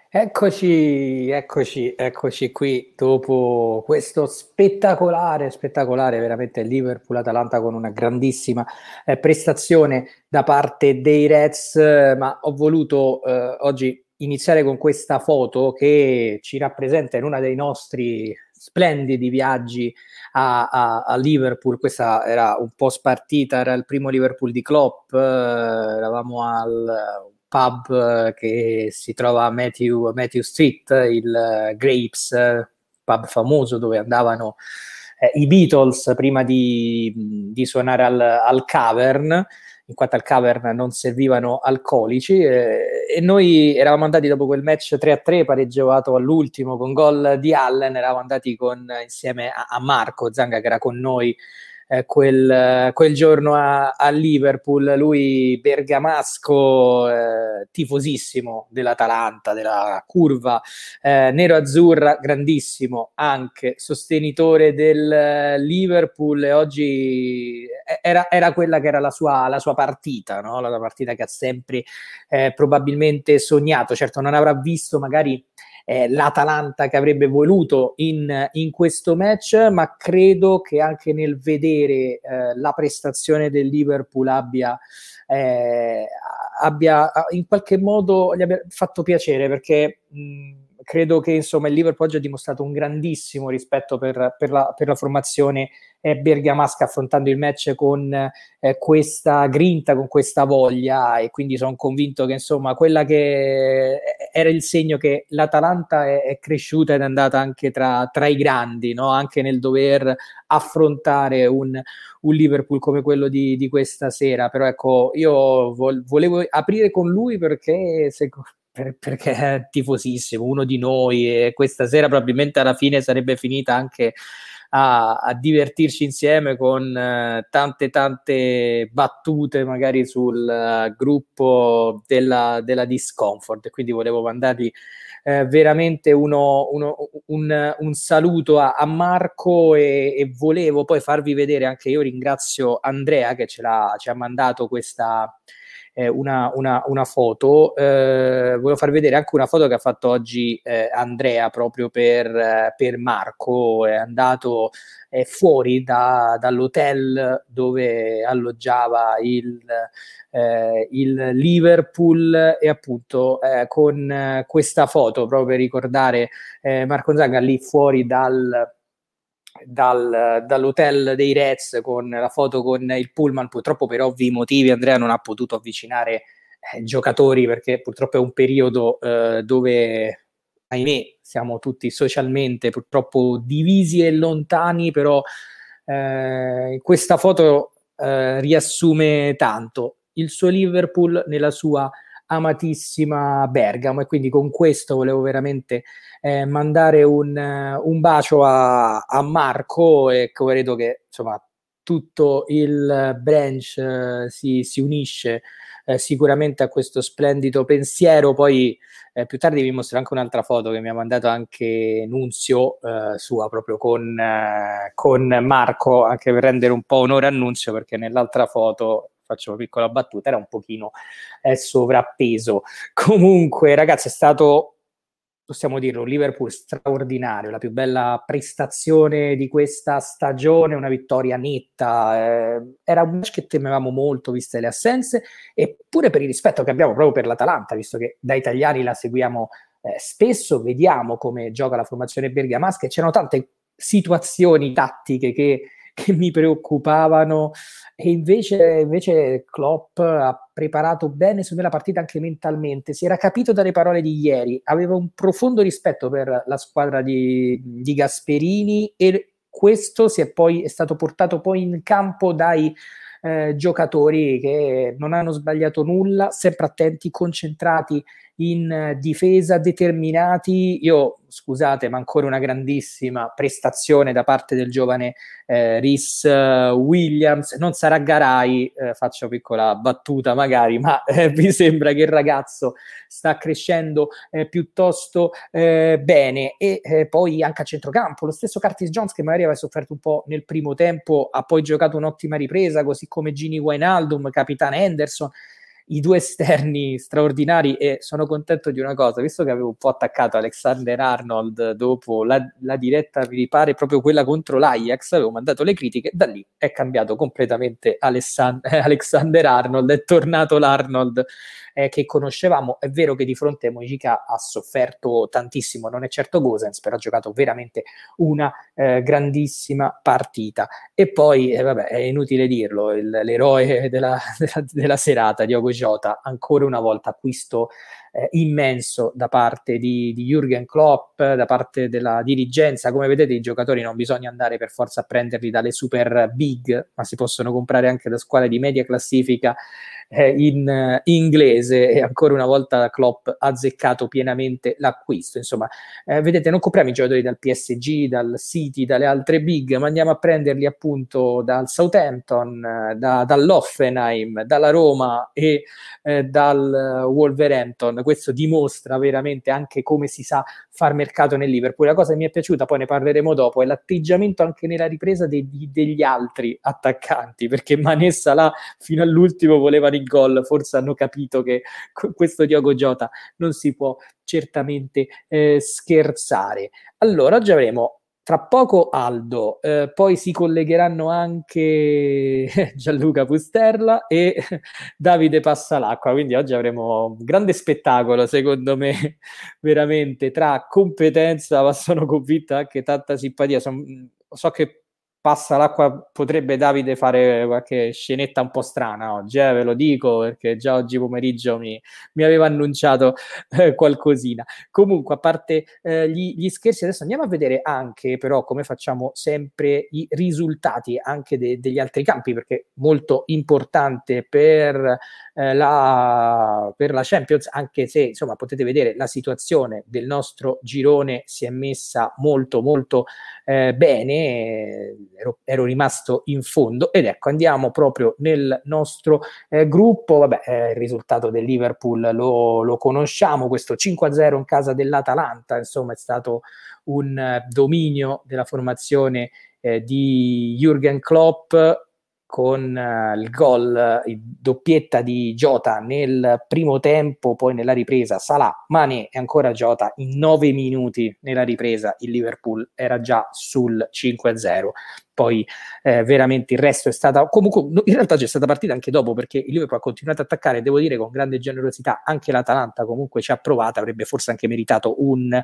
Eccoci qui dopo questo spettacolare veramente Liverpool-Atalanta con una grandissima prestazione da parte dei Reds, ma ho voluto oggi iniziare con questa foto che ci rappresenta in uno dei nostri splendidi viaggi a Liverpool. Questa era un po' spartita, era il primo Liverpool di Klopp, eravamo al pub che si trova a Matthew Street, il Grapes, pub famoso dove andavano i Beatles prima di suonare al Cavern, in quanto al Cavern non servivano alcolici, e noi eravamo andati dopo quel match 3-3 pareggiato all'ultimo con gol di Allen, eravamo andati insieme a Marco Zanga che era con noi quel giorno a Liverpool, lui bergamasco, tifosissimo dell'Atalanta, della curva nero-azzurra, grandissimo anche sostenitore del Liverpool, e oggi era quella che era la sua partita, no? La partita che ha sempre probabilmente sognato. Certo non avrà visto magari l'Atalanta che avrebbe voluto in questo match, ma credo che anche nel vedere la prestazione del Liverpool abbia in qualche modo gli abbia fatto piacere, perché credo che insomma il Liverpool oggi ha dimostrato un grandissimo rispetto per la formazione bergamasca, affrontando il match con questa grinta, con questa voglia, e quindi sono convinto che insomma quella che era il segno che l'Atalanta è cresciuta ed è andata anche tra i grandi, no? Anche nel dover affrontare un Liverpool come quello di questa sera. Però ecco, io volevo aprire con lui perché è tifosissimo, uno di noi, e questa sera probabilmente alla fine sarebbe finita anche a divertirci insieme con tante battute magari sul gruppo della discomfort. Quindi volevo mandargli veramente un saluto a Marco, e volevo poi farvi vedere anche io. Ringrazio Andrea che ci ha mandato una foto. Volevo far vedere anche una foto che ha fatto oggi Andrea proprio per Marco. È andato fuori dall'hotel dove alloggiava il Liverpool, e appunto con questa foto proprio per ricordare Marco Zanga lì fuori dall'hotel dei Reds, con la foto con il pullman. Purtroppo per ovvi motivi Andrea non ha potuto avvicinare giocatori, perché purtroppo è un periodo dove, ahimè, siamo tutti socialmente purtroppo divisi e lontani. Però questa foto riassume tanto il suo Liverpool nella sua amatissima Bergamo, e quindi con questo volevo veramente mandare un bacio a Marco, e credo che insomma tutto il branch si unisce sicuramente a questo splendido pensiero. Poi più tardi vi mostro anche un'altra foto che mi ha mandato anche Nunzio, sua proprio con Marco, anche per rendere un po' onore a Nunzio, perché nell'altra foto, faccio una piccola battuta, era un pochino sovrappeso. Comunque ragazzi, è stato, possiamo dirlo, un Liverpool straordinario, la più bella prestazione di questa stagione, una vittoria netta. Era un match che temevamo molto viste le assenze, eppure per il rispetto che abbiamo proprio per l'Atalanta, visto che da italiani la seguiamo spesso, vediamo come gioca la formazione bergamasca, e c'erano tante situazioni tattiche che mi preoccupavano, e invece Klopp ha preparato bene su me la partita anche mentalmente. Si era capito dalle parole di ieri, aveva un profondo rispetto per la squadra di Gasperini, e questo è stato portato poi in campo dai giocatori che non hanno sbagliato nulla, sempre attenti, concentrati in difesa, determinati. Io, scusate, ma ancora una grandissima prestazione da parte del giovane Rhys Williams. Non sarà Garay, faccio piccola battuta magari, ma mi sembra che il ragazzo sta crescendo piuttosto bene. E poi anche a centrocampo lo stesso Curtis Jones, che magari aveva sofferto un po' nel primo tempo, ha poi giocato un'ottima ripresa, così come Gini Wijnaldum, capitano Henderson. i due esterni straordinari, e sono contento di una cosa, visto che avevo un po' attaccato Alexander-Arnold dopo la diretta, mi pare proprio quella contro l'Ajax, avevo mandato le critiche, da lì è cambiato completamente Alexander-Arnold, è tornato l'Arnold che conoscevamo. È vero che di fronte a Mojica ha sofferto tantissimo, non è certo Gosens, però ha giocato veramente una grandissima partita. E poi, vabbè, è inutile dirlo, l'eroe della serata, Diogo Jota, ancora una volta acquisto immenso da parte di Jürgen Klopp, da parte della dirigenza. Come vedete, i giocatori non bisogna andare per forza a prenderli dalle super big, ma si possono comprare anche da squadre di media classifica in inglese, e ancora una volta Klopp ha azzeccato pienamente l'acquisto. Insomma, vedete, non compriamo i giocatori dal PSG, dal City, dalle altre big, ma andiamo a prenderli appunto dal Southampton, dall'Hoffenheim, dalla Roma e dal Wolverhampton. Questo dimostra veramente anche come si sa far mercato nel Liverpool. La cosa che mi è piaciuta, poi ne parleremo dopo, è l'atteggiamento anche nella ripresa degli altri attaccanti, perché Mané e Salah fino all'ultimo volevano il gol. Forse hanno capito che con questo Diogo Jota non si può certamente scherzare. Allora, oggi avremo tra poco Aldo, poi si collegheranno anche Gianluca Pusterla e Davide Passalacqua, quindi oggi avremo un grande spettacolo, secondo me, veramente, tra competenza, ma sono convinto anche tanta simpatia. So che Passalacqua potrebbe, Davide, fare qualche scenetta un po' strana oggi, ve lo dico, perché già oggi pomeriggio mi aveva annunciato qualcosina. Comunque, a parte gli scherzi, adesso andiamo a vedere anche, però, come facciamo sempre, i risultati anche degli altri campi, perché molto importante per la Champions, anche se, insomma, potete vedere la situazione del nostro girone si è messa molto molto bene. Ero rimasto in fondo, ed ecco, andiamo proprio nel nostro gruppo. Vabbè, il risultato del Liverpool lo conosciamo, questo 5-0 in casa dell'Atalanta, insomma è stato un dominio della formazione di Jürgen Klopp, con il gol, il doppietta di Jota nel primo tempo, poi nella ripresa Salah, Mané e ancora Jota. In 9 minuti nella ripresa il Liverpool era già sul 5-0. Poi veramente il resto è stata, comunque in realtà c'è stata partita anche dopo, perché il Liverpool ha continuato a attaccare, devo dire con grande generosità. Anche l'Atalanta comunque ci ha provato, avrebbe forse anche meritato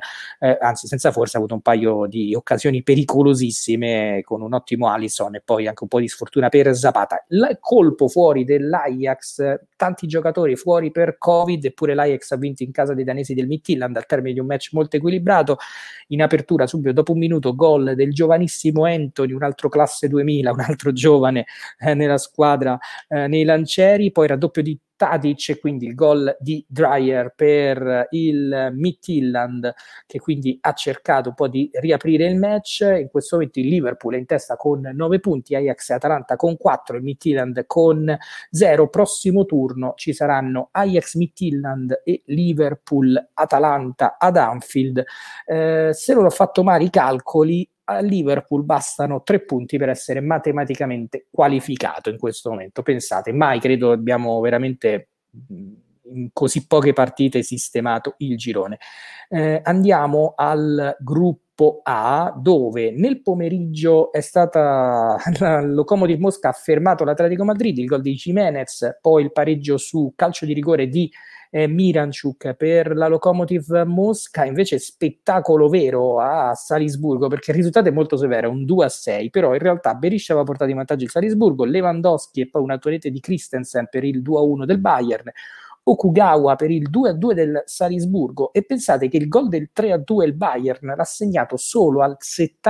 anzi senza forse, ha avuto un paio di occasioni pericolosissime con un ottimo Alisson e poi anche un po' di sfortuna per Zapata. Il colpo fuori dell'Ajax, tanti giocatori fuori per Covid, eppure l'Ajax ha vinto in casa dei danesi del Midtjylland al termine di un match molto equilibrato. In apertura, subito dopo un minuto, gol del giovanissimo Anthony, un altro classe 2000, un altro giovane nella squadra, nei lancieri. Poi raddoppio di Tadic e quindi il gol di Dreyer per il Midtjylland, che quindi ha cercato un po' di riaprire il match. In questo momento il Liverpool è in testa con 9 punti, Ajax e Atalanta con 4, il Midtjylland con 0. Prossimo turno ci saranno Ajax Midtjylland e Liverpool Atalanta ad Anfield. Se non ho fatto male i calcoli, a Liverpool bastano 3 punti per essere matematicamente qualificato in questo momento. Pensate, mai credo abbiamo veramente in così poche partite sistemato il girone. Andiamo al gruppo A, dove nel pomeriggio è stata il Lokomotiv Mosca ha fermato l'Atletico Madrid, il gol di Jimenez, poi il pareggio su calcio di rigore di Miranchuk per la Lokomotiv Mosca. Invece spettacolo vero a Salisburgo, perché il risultato è molto severo, un 2-6, però in realtà Berisha aveva portato in vantaggio il Salisburgo, Lewandowski e poi una rete di Christensen per il 2-1 del Bayern, Okugawa per il 2-2 del Salisburgo. E pensate che il gol del 3-2 il Bayern l'ha segnato solo al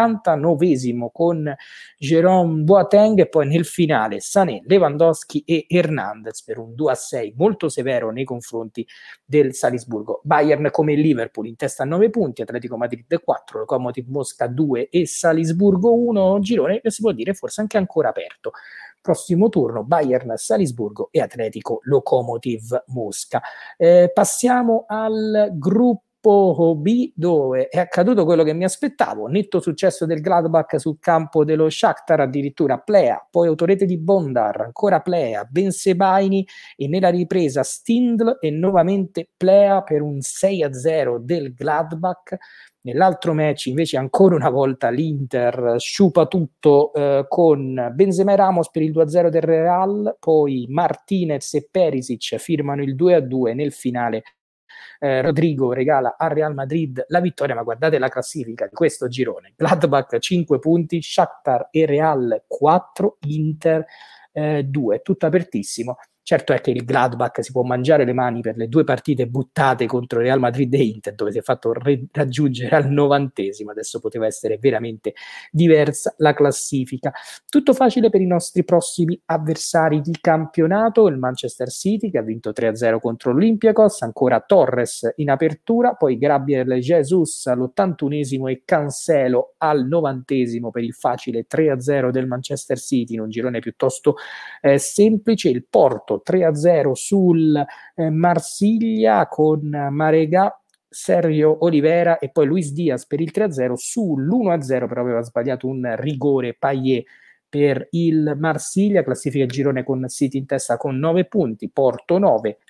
79esimo con Jérôme Boateng, e poi nel finale Sané, Lewandowski e Hernandez per un 2-6 molto severo nei confronti del Salisburgo. Bayern come Liverpool in testa a 9 punti, Atletico Madrid 4, Lokomotiv Mosca 2 e Salisburgo 1, girone che si può dire forse anche ancora aperto. Prossimo turno Bayern Salisburgo e Atletico Lokomotiv Mosca. Passiamo al gruppo gruppo B, dove è accaduto quello che mi aspettavo, netto successo del Gladbach sul campo dello Shakhtar, addirittura Plea, poi autorete di Bondar, ancora Plea, Bensebaini e nella ripresa Stindl e nuovamente Plea per un 6-0 del Gladbach. Nell'altro match invece ancora una volta l'Inter sciupa tutto con Benzema e Ramos per il 2-0 del Real, poi Martinez e Perisic firmano il 2-2 nel finale. Rodrigo regala al Real Madrid la vittoria, ma guardate la classifica di questo girone: Gladbach 5 punti, Shakhtar e Real 4, Inter 2, tutto apertissimo. Certo è che il Gladbach si può mangiare le mani per le 2 partite buttate contro Real Madrid e Inter, dove si è fatto raggiungere al 90°. Adesso poteva essere veramente diversa la classifica. Tutto facile per i nostri prossimi avversari di campionato: il Manchester City, che ha vinto 3-0 contro l'Olympiacos, ancora Torres in apertura, poi Gabriel Jesus all'81° e Cancelo al 90° per il facile 3-0 del Manchester City, in un girone piuttosto semplice. Il Porto 3-0 sul Marsiglia con Marega, Sergio Olivera e poi Luis Diaz per il 3-0. Sull'1-0 però aveva sbagliato un rigore Payet per il Marsiglia. Classifica il girone con City in testa con 9 punti, Porto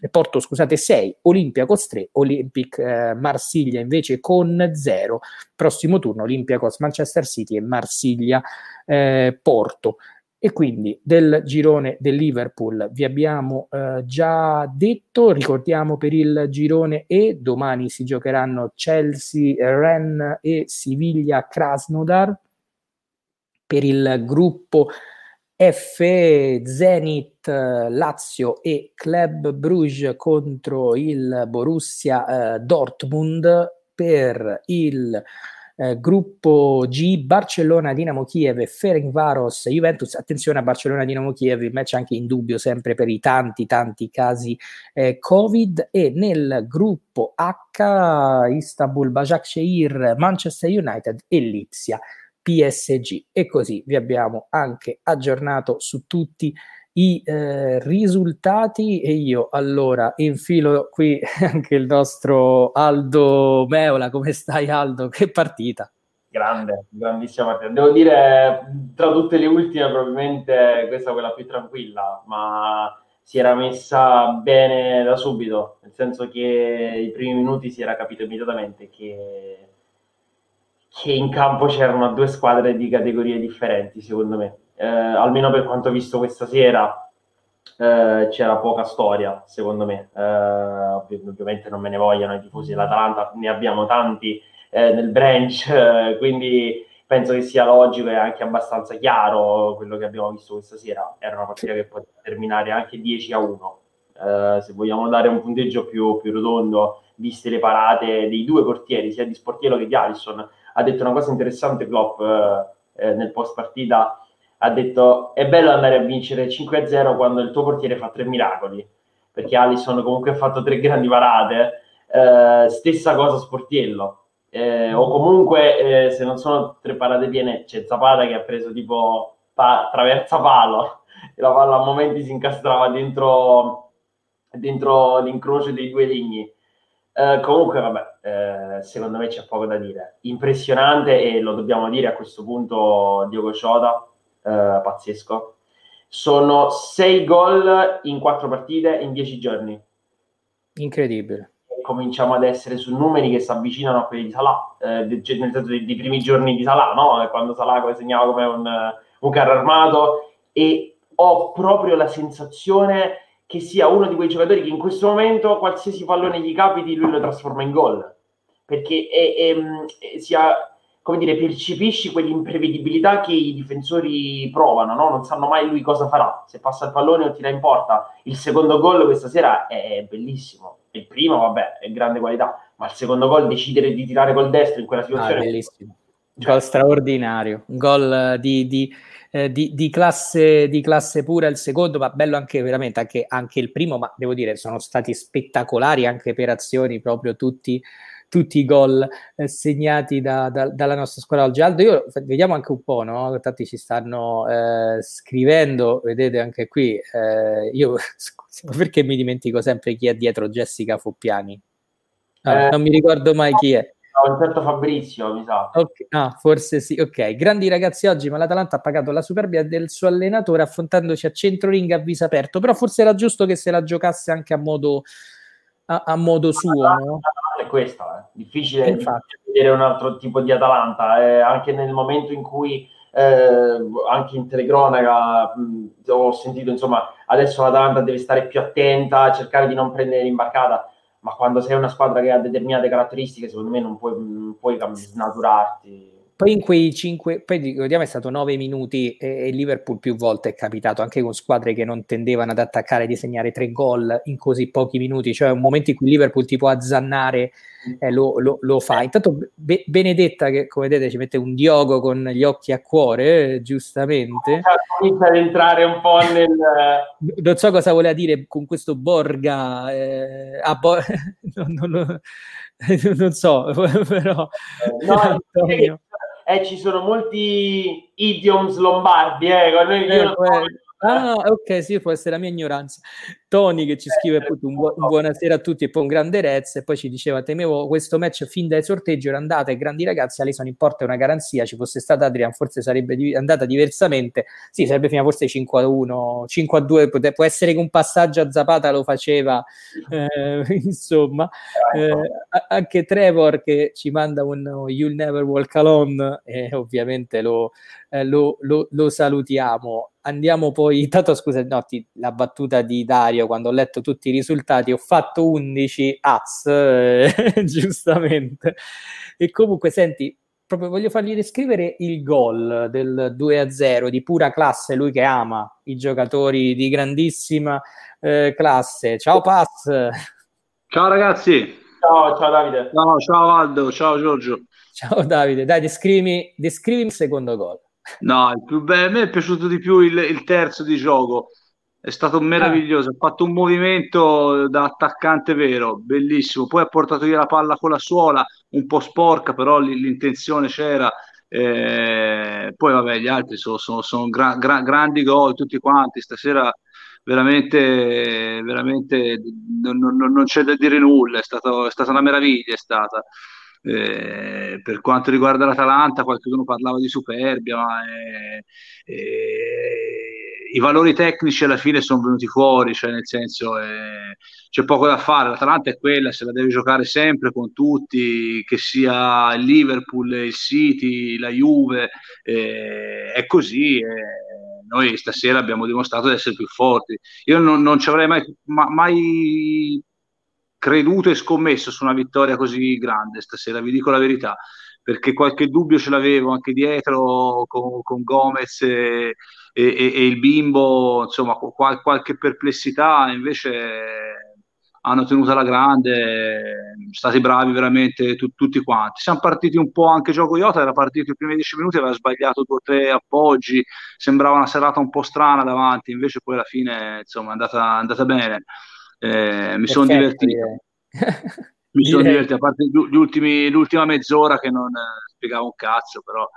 6, Olympiacos 3, Olympic Marsiglia invece con 0. Prossimo turno Olympiacos Manchester City e Marsiglia Porto. E quindi del girone del Liverpool vi abbiamo già detto. Ricordiamo per il girone E domani si giocheranno Chelsea, Rennes e Siviglia Krasnodar. Per il gruppo F, Zenit, Lazio e Club Brugge contro il Borussia Dortmund. Per il gruppo G, Barcellona, Dinamo Kiev e Ferencváros Juventus. Attenzione a Barcellona, Dinamo Kiev, il match anche in dubbio sempre per i tanti casi Covid. E nel gruppo H, Istanbul, Başakşehir, Manchester United e Lipsia PSG. E così vi abbiamo anche aggiornato su tutti i risultati. E io allora infilo qui anche il nostro Aldo Meola. Come stai, Aldo? Che partita! Grandissima partita. Devo dire, tra tutte le ultime probabilmente questa è quella più tranquilla, ma si era messa bene da subito, nel senso che i primi minuti si era capito immediatamente che in campo c'erano 2 squadre di categorie differenti, secondo me. Almeno per quanto ho visto questa sera, c'era poca storia, secondo me. Ovviamente non me ne vogliano i tifosi dell'Atalanta, ne abbiamo tanti nel branch, quindi penso che sia logico e anche abbastanza chiaro quello che abbiamo visto questa sera. Era una partita che poteva terminare anche 10-1. Se vogliamo dare un punteggio più rotondo, viste le parate dei 2 portieri, sia di Sportiello che di Alisson. Ha detto una cosa interessante Klopp nel post partita, ha detto: è bello andare a vincere 5-0 quando il tuo portiere fa 3 miracoli, perché Alisson comunque ha fatto 3 grandi parate. Stessa cosa Sportiello, o comunque se non sono 3 parate piene c'è Zapata che ha preso tipo traversa palo e la palla a momenti si incastrava dentro l'incrocio dei 2 legni. Comunque vabbè, secondo me c'è poco da dire. Impressionante, e lo dobbiamo dire a questo punto, Diogo Jota, pazzesco. Sono 6 gol in 4 partite in 10 giorni. Incredibile. Cominciamo ad essere su numeri che si avvicinano a quelli di Salah, nel senso dei primi giorni di Salah, no? Quando Salah segnava come un carro armato, e ho proprio la sensazione che sia uno di quei giocatori che in questo momento qualsiasi pallone gli capiti lui lo trasforma in gol, perché come dire, percepisci quell'imprevedibilità che i difensori provano, no? Non sanno mai lui cosa farà, se passa il pallone o tira in porta. Il secondo gol questa sera è bellissimo. Il primo, vabbè, è grande qualità, ma il secondo gol, decidere di tirare col destro in quella situazione... è bellissimo. Un gol straordinario, un gol di classe pura il secondo, ma bello anche veramente anche il primo. Ma devo dire sono stati spettacolari anche per azioni, proprio tutti i gol segnati dalla nostra squadra oggi. Aldo, vediamo anche un po', no? Tanti ci stanno scrivendo, vedete anche qui, io perché mi dimentico sempre chi è dietro Jessica Foppiani? Non mi ricordo mai chi è. Un certo Fabrizio, mi sa. Forse sì, ok. Grandi ragazzi oggi, ma l'Atalanta ha pagato la superbia del suo allenatore affrontandoci a centroring a viso aperto, però forse era giusto che se la giocasse anche a modo suo, no? È questa, difficile Infatti. vedere un altro tipo di Atalanta, anche nel momento in cui anche in telecronaca ho sentito, insomma, adesso l'Atalanta deve stare più attenta, cercare di non prendere l'imbarcata, ma quando sei una squadra che ha determinate caratteristiche, secondo me non puoi snaturarti. Poi in quei 5, poi ricordiamo è stato 9 minuti e Liverpool più volte è capitato anche con squadre che non tendevano ad attaccare di segnare 3 gol in così pochi minuti, cioè un momento in cui Liverpool ti può azzannare lo fa. Intanto Benedetta che come vedete ci mette un Diogo con gli occhi a cuore, giustamente. Comincia ad entrare un po' nel... Non so cosa voleva dire con questo Borga, non so, però no, Antonio. Ci sono molti idioms lombardi, ok, sì, può essere la mia ignoranza. Tony che ci scrive appunto un buonasera a tutti e poi un grande Rez, e poi ci diceva: temevo questo match fin dai sorteggio, era andata e grandi ragazzi, Alisson in porta è una garanzia, ci fosse stata Adrian forse sarebbe andata diversamente, sì, sarebbe fino forse 5-1, 5-2, può essere che un passaggio a Zapata lo faceva, insomma. Anche Trevor che ci manda un You'll Never Walk Alone, e ovviamente lo salutiamo. Andiamo poi, tanto scusa, no, la battuta di Dario quando ho letto tutti i risultati, ho fatto 11 giustamente. E comunque senti, proprio voglio fargli riscrivere il gol del 2-0 di pura classe, lui che ama i giocatori di grandissima classe. Ciao Paz. Ciao ragazzi. Ciao Davide. Ciao Aldo, ciao Giorgio. Ciao Davide, dai, descrivimi il secondo gol. No, a me è piaciuto di più il terzo di gioco, è stato meraviglioso, ha fatto un movimento da attaccante vero, bellissimo, poi ha portato via la palla con la suola, un po' sporca, però l'intenzione c'era. Poi vabbè, gli altri sono grandi gol tutti quanti, stasera veramente non c'è da dire nulla, è stata una meraviglia, è stata. Per quanto riguarda l'Atalanta, qualcuno parlava di superbia, ma i valori tecnici alla fine sono venuti fuori, cioè nel senso c'è poco da fare. L'Atalanta è quella, se la deve giocare sempre con tutti, che sia il Liverpool, il City, la Juve, è così. Noi stasera abbiamo dimostrato di essere più forti. Io non ci avrei mai creduto e scommesso su una vittoria così grande stasera, vi dico la verità, perché qualche dubbio ce l'avevo anche dietro con Gomez e il Bimbo, insomma qualche perplessità, invece hanno tenuto alla grande, stati bravi veramente tutti quanti. Siamo partiti un po' anche gioco Iota, era partito i primi 10 minuti, aveva sbagliato 2 o 3 appoggi, sembrava una serata un po' strana davanti, invece poi alla fine insomma è andata bene. Mi sono divertito. Mi sono divertito, a parte l'ultima mezz'ora che non spiegava un cazzo, però.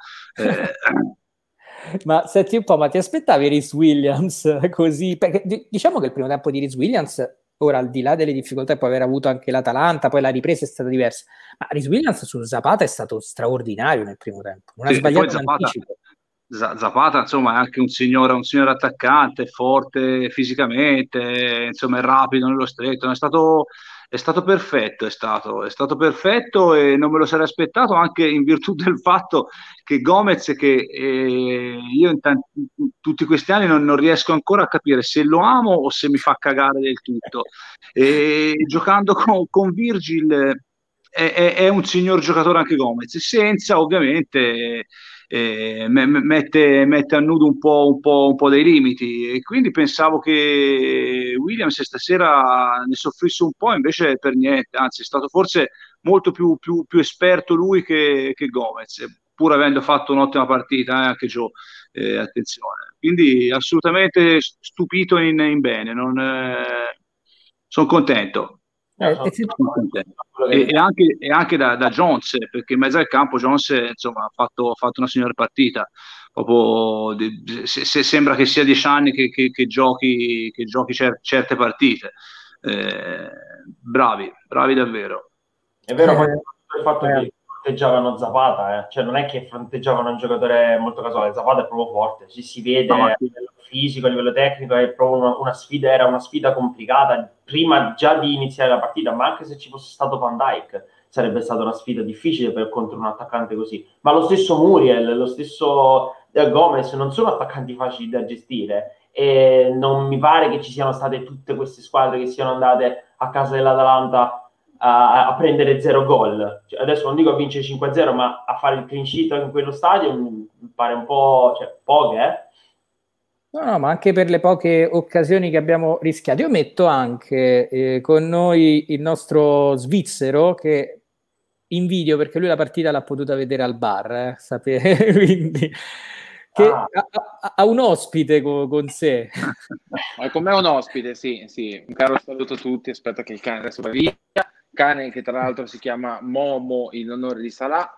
Ma senti un po', ma ti aspettavi Rhys Williams così? Perché diciamo che il primo tempo di Rhys Williams, ora al di là delle difficoltà che può aver avuto anche l'Atalanta, poi la ripresa è stata diversa, ma Rhys Williams su Zapata è stato straordinario nel primo tempo, non ha sbagliato in anticipo. Zapata, insomma, è anche un signore attaccante, forte fisicamente, insomma, è rapido nello stretto, è stato perfetto, è stato perfetto e non me lo sarei aspettato anche in virtù del fatto che Gomez, che io in tutti questi anni non riesco ancora a capire se lo amo o se mi fa cagare del tutto. E giocando con Virgil è un signor giocatore anche Gomez, senza ovviamente mette a nudo un po' dei limiti, e quindi pensavo che Williams stasera ne soffrisse un po', invece per niente, anzi è stato forse molto più esperto lui che Gomez, pur avendo fatto un'ottima partita, anche Joe, attenzione, quindi assolutamente stupito in bene, sono contento. E anche da Jones, perché in mezzo al campo Jones insomma ha fatto una signora partita, proprio sembra che sia 10 anni che giochi certe partite. Bravi davvero. È vero, poi il fatto che fronteggiavano Zapata, cioè non è che fronteggiavano un giocatore molto casuale, Zapata è proprio forte, si vede a livello fisico, a livello tecnico, è proprio una sfida, era una sfida complicata, prima già di iniziare la partita, ma anche se ci fosse stato Van Dijk sarebbe stata una sfida difficile contro un attaccante così, ma lo stesso Muriel, lo stesso Gomez non sono attaccanti facili da gestire, e non mi pare che ci siano state tutte queste squadre che siano andate a casa dell'Atalanta a prendere 0 gol. Cioè, adesso non dico a vincere 5-0, ma a fare il clean sheet in quello stadio mi pare un po', cioè, poche, No, ma anche per le poche occasioni che abbiamo rischiato. Io metto anche con noi il nostro svizzero che invidio perché lui la partita l'ha potuta vedere al bar, quindi che ha un ospite con sé. Ma con me è un ospite, sì. Un caro saluto a tutti, aspetta che il cane adesso va via. Cane che tra l'altro si chiama Momo in onore di Salah.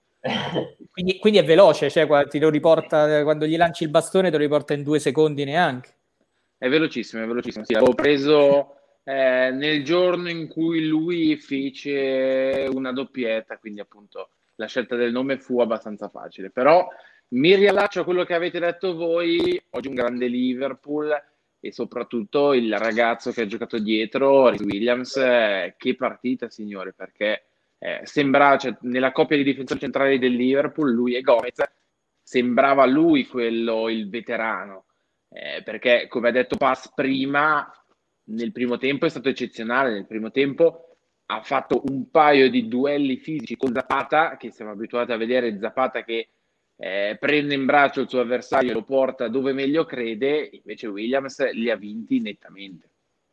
Quindi è veloce, cioè ti lo riporta, quando gli lanci il bastone te lo riporta in 2 secondi neanche. È velocissimo, sì. L'avevo preso nel giorno in cui lui fece una doppietta, quindi appunto la scelta del nome fu abbastanza facile. Però mi riallaccio a quello che avete detto voi, oggi un grande Liverpool e soprattutto il ragazzo che ha giocato dietro, Rhys Williams, che partita signore, perché sembra, cioè, nella coppia di difensori centrali del Liverpool, lui e Gomez, sembrava lui il veterano, perché come ha detto Pass prima, nel primo tempo è stato eccezionale, nel primo tempo ha fatto un paio di duelli fisici con Zapata, che siamo abituati a vedere Zapata che prende in braccio il suo avversario e lo porta dove meglio crede, invece Williams li ha vinti nettamente.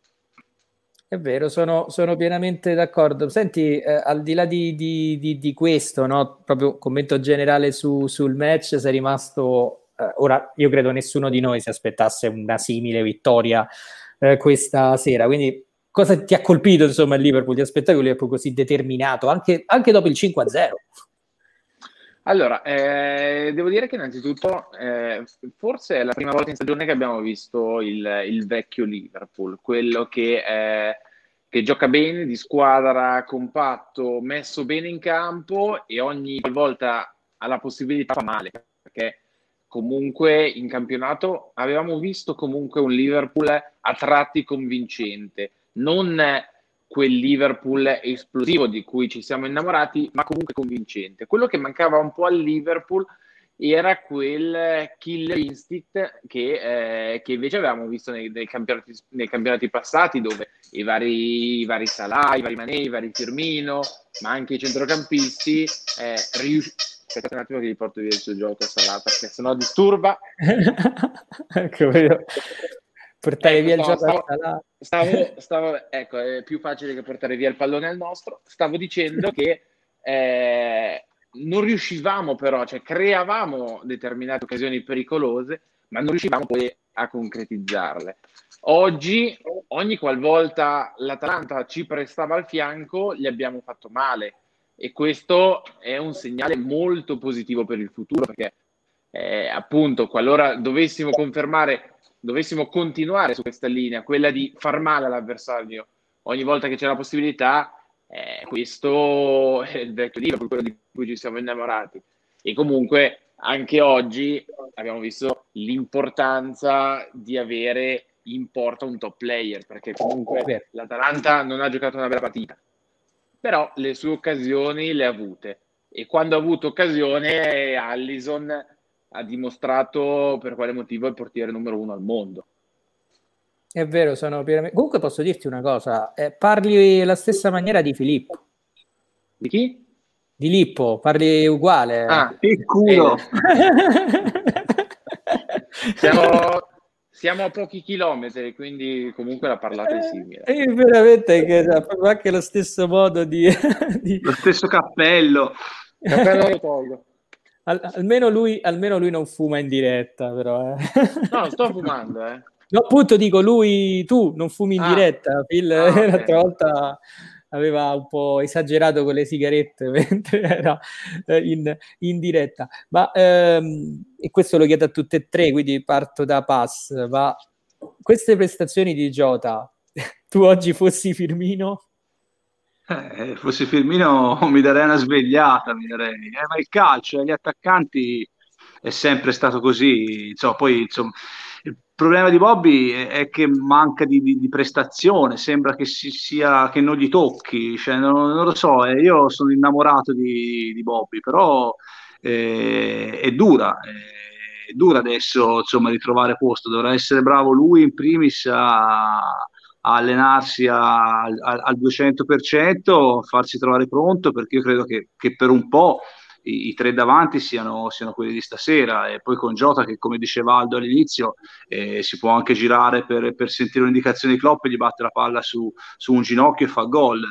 È vero, sono pienamente d'accordo. Senti, al di là di questo, no, proprio commento generale sul match, sei rimasto... ora, io credo nessuno di noi si aspettasse una simile vittoria questa sera, quindi cosa ti ha colpito, insomma, il Liverpool? Ti aspettavi un Liverpool così determinato, anche dopo il 5-0? Allora, devo dire che innanzitutto forse è la prima volta in stagione che abbiamo visto il vecchio Liverpool, quello che gioca bene, di squadra, compatto, messo bene in campo e ogni volta ha la possibilità fa male, perché comunque in campionato avevamo visto comunque un Liverpool a tratti convincente, non quel Liverpool esplosivo di cui ci siamo innamorati, ma comunque convincente. Quello che mancava un po' al Liverpool era quel killer instinct che invece avevamo visto nei campionati passati, dove i vari Salah, i vari Mané, i vari Firmino, ma anche i centrocampisti aspettate un attimo che gli porto via il suo gioco a Salah, perché sennò disturba. Portare via il gioco a Salah. Ecco, è più facile che portare via il pallone al nostro. Stavo dicendo che non riuscivamo però, cioè creavamo determinate occasioni pericolose, ma non riuscivamo poi a concretizzarle. Oggi, ogni qualvolta l'Atalanta ci prestava al fianco, gli abbiamo fatto male, e questo è un segnale molto positivo per il futuro, perché appunto qualora dovessimo continuare su questa linea, quella di far male all'avversario ogni volta che c'è la possibilità, questo è il vecchio Liverpool, quello di cui ci siamo innamorati. E comunque anche oggi abbiamo visto l'importanza di avere in porta un top player, perché comunque l'Atalanta non ha giocato una bella partita, però le sue occasioni le ha avute, e quando ha avuto occasione Alisson ha dimostrato per quale motivo è il portiere numero 1 al mondo. È vero, sono pienamente... Comunque posso dirti una cosa, parli la stessa maniera di Filippo. Di chi? Di Lippo, parli uguale. Ah, che culo! Siamo a pochi chilometri, quindi comunque la parlata è simile. È veramente che proprio anche lo stesso modo di... Lo stesso cappello. Cappello lo tolgo. Almeno lui non fuma in diretta, però. No, sto fumando, No, appunto dico, tu non fumi in diretta. Phil okay. L'altra volta aveva un po' esagerato con le sigarette mentre era in diretta. Ma e questo lo chiedo a tutte e tre, quindi parto da Pass. Ma queste prestazioni di Jota, tu oggi fossi Firmino? Fossi Firmino mi darei una svegliata, mi darei. Ma il calcio, gli attaccanti è sempre stato così. Insomma, poi, insomma, il problema di Bobby è che manca di prestazione, sembra che sia che non gli tocchi, cioè, non lo so, io sono innamorato di Bobby, però è dura adesso, insomma, ritrovare posto, dovrà essere bravo lui in primis a allenarsi al 200%, farsi trovare pronto, perché io credo che per un po' i tre davanti siano quelli di stasera, e poi con Jota che, come diceva Aldo all'inizio, si può anche girare per sentire un'indicazione di Klopp e gli batte la palla su un ginocchio e fa gol.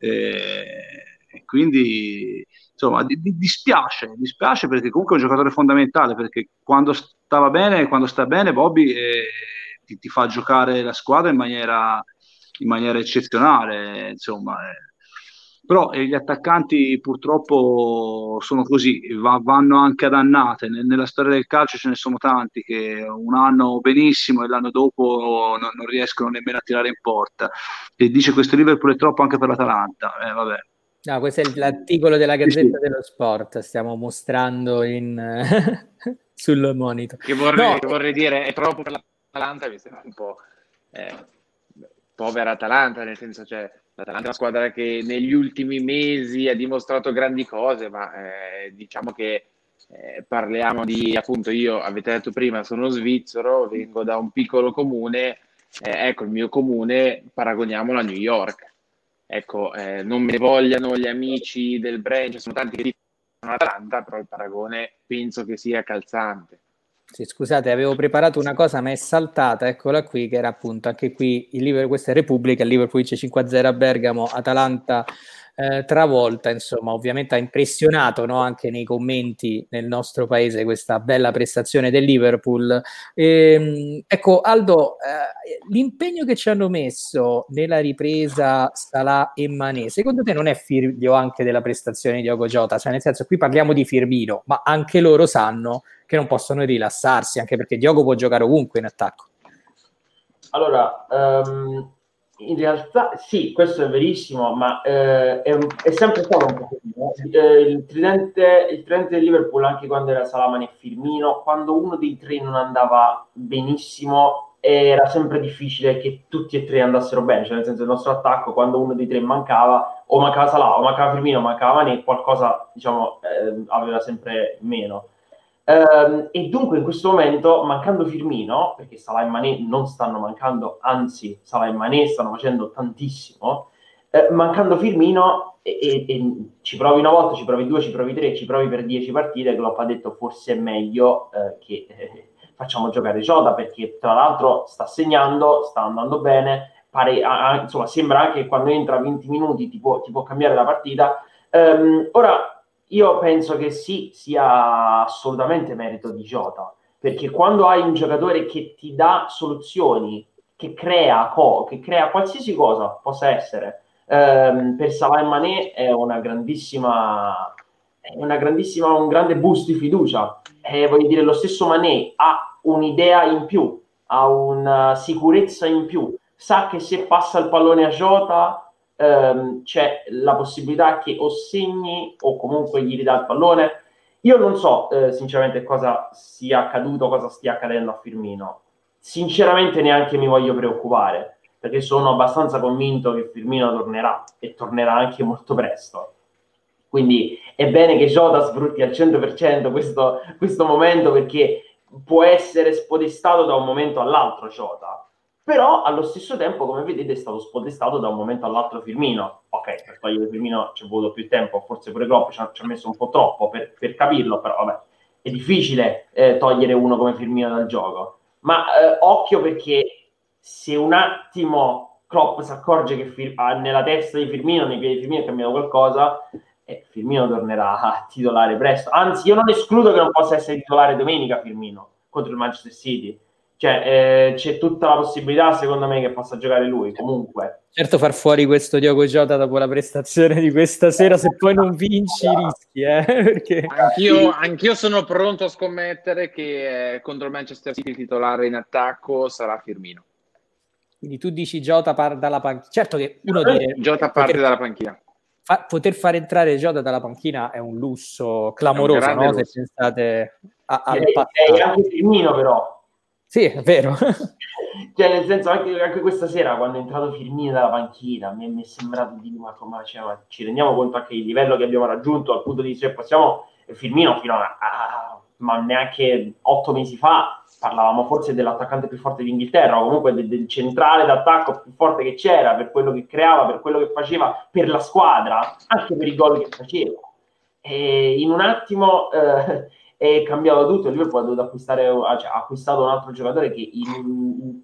Quindi insomma dispiace perché comunque è un giocatore fondamentale, perché quando stava bene e quando sta bene Bobby ti fa giocare la squadra in maniera eccezionale, insomma. Però gli attaccanti purtroppo sono così, vanno anche ad annate. Nella storia del calcio ce ne sono tanti che un anno benissimo e l'anno dopo non riescono nemmeno a tirare in porta. E dice questo Liverpool è troppo anche per l'Atalanta. Vabbè. No, questo è l'articolo della Sì, sì. Gazzetta dello Sport, stiamo mostrando sul monitor. Che vorrei dire, è troppo per l'Atalanta, mi sembra un po' povera Atalanta, nel senso, cioè, l'Atalanta è una squadra che negli ultimi mesi ha dimostrato grandi cose, ma diciamo che parliamo di, appunto, io, avete detto prima, sono svizzero, vengo da un piccolo comune, ecco, il mio comune paragoniamolo a New York. Ecco, non me ne vogliano gli amici del Brescia, sono tanti che dicono Atalanta, però il paragone penso che sia calzante. Sì, scusate, avevo preparato una cosa ma è saltata, eccola qui, che era appunto anche qui il Liverpool, questa è Repubblica, il Liverpool vince 5-0 a Bergamo, Atalanta travolta, insomma, ovviamente ha impressionato, no, anche nei commenti nel nostro paese questa bella prestazione del Liverpool. Ecco, Aldo, l'impegno che ci hanno messo nella ripresa Salah e Mané, secondo te non è figlio anche della prestazione di Diogo Jota? Cioè, nel senso, qui parliamo di Firmino, ma anche loro sanno che non possono rilassarsi, anche perché Diogo può giocare ovunque in attacco. Allora, in realtà sì, questo è verissimo, ma è sempre stato un po' così. Il tridente del Liverpool, anche quando era Salah e Firmino, quando uno dei tre non andava benissimo, era sempre difficile che tutti e tre andassero bene. Cioè, nel senso, il nostro attacco, quando uno dei tre mancava, o mancava Salah, o mancava Firmino, o mancava Mané, qualcosa, diciamo, aveva sempre meno. E dunque in questo momento, mancando Firmino, perché Salah e Mané non stanno mancando, anzi Salah e Mané stanno facendo tantissimo, mancando Firmino, e ci provi una volta, ci provi due, ci provi tre, ci provi per 10 partite, Klopp ha detto forse è meglio che facciamo giocare Jota, perché tra l'altro sta segnando, sta andando bene, pare, insomma sembra anche che quando entra 20 minuti ti può cambiare la partita. Ora io penso che sì, sia assolutamente merito di Jota, perché quando hai un giocatore che ti dà soluzioni, che crea qualsiasi cosa possa essere, per Salah e Mané è un grande boost di fiducia. Voglio dire, lo stesso Mané ha un'idea in più, ha una sicurezza in più, sa che se passa il pallone a Jota c'è la possibilità che o segni o comunque gli ridà il pallone. Io non so sinceramente cosa sia accaduto, cosa stia accadendo a Firmino. Sinceramente neanche mi voglio preoccupare, perché sono abbastanza convinto che Firmino tornerà e tornerà anche molto presto. Quindi è bene che Jota sfrutti al 100% questo momento, perché può essere spodestato da un momento all'altro Jota. Però allo stesso tempo, come vedete, è stato spodestato da un momento all'altro Firmino. Ok, per togliere Firmino ci è voluto più tempo, forse pure Klopp ci ha messo un po' troppo per capirlo, però vabbè, è difficile togliere uno come Firmino dal gioco. Ma occhio, perché se un attimo Klopp si accorge che nella testa di Firmino, nei piedi di Firmino è cambiato qualcosa, Firmino tornerà a titolare presto. Anzi, io non escludo che non possa essere titolare domenica Firmino contro il Manchester City. Cioè, c'è tutta la possibilità, secondo me, che possa giocare lui comunque. Certo, far fuori questo Diogo Jota dopo la prestazione di questa sera, se poi non vinci rischi, perché... Anch'io sono pronto a scommettere che contro il Manchester City il titolare in attacco sarà Firmino. Quindi tu dici Jota dalla panchina. Certo che uno dire... Jota parte dalla panchina. poter far entrare Jota dalla panchina è un lusso clamoroso, no? Lusso. Se pensate al passato. Anche Firmino però. Sì, è vero. Cioè, nel senso, anche questa sera, quando è entrato Firmino dalla panchina, mi è sembrato di dire, ma ci rendiamo conto anche il livello che abbiamo raggiunto, al punto di dire, possiamo, Firmino fino ma neanche 8 mesi fa, parlavamo forse dell'attaccante più forte d'Inghilterra, o comunque del centrale d'attacco più forte che c'era, per quello che creava, per quello che faceva per la squadra, anche per i gol che faceva. E in un attimo è cambiato tutto. Il Liverpool ha dovuto ha acquistato un altro giocatore che in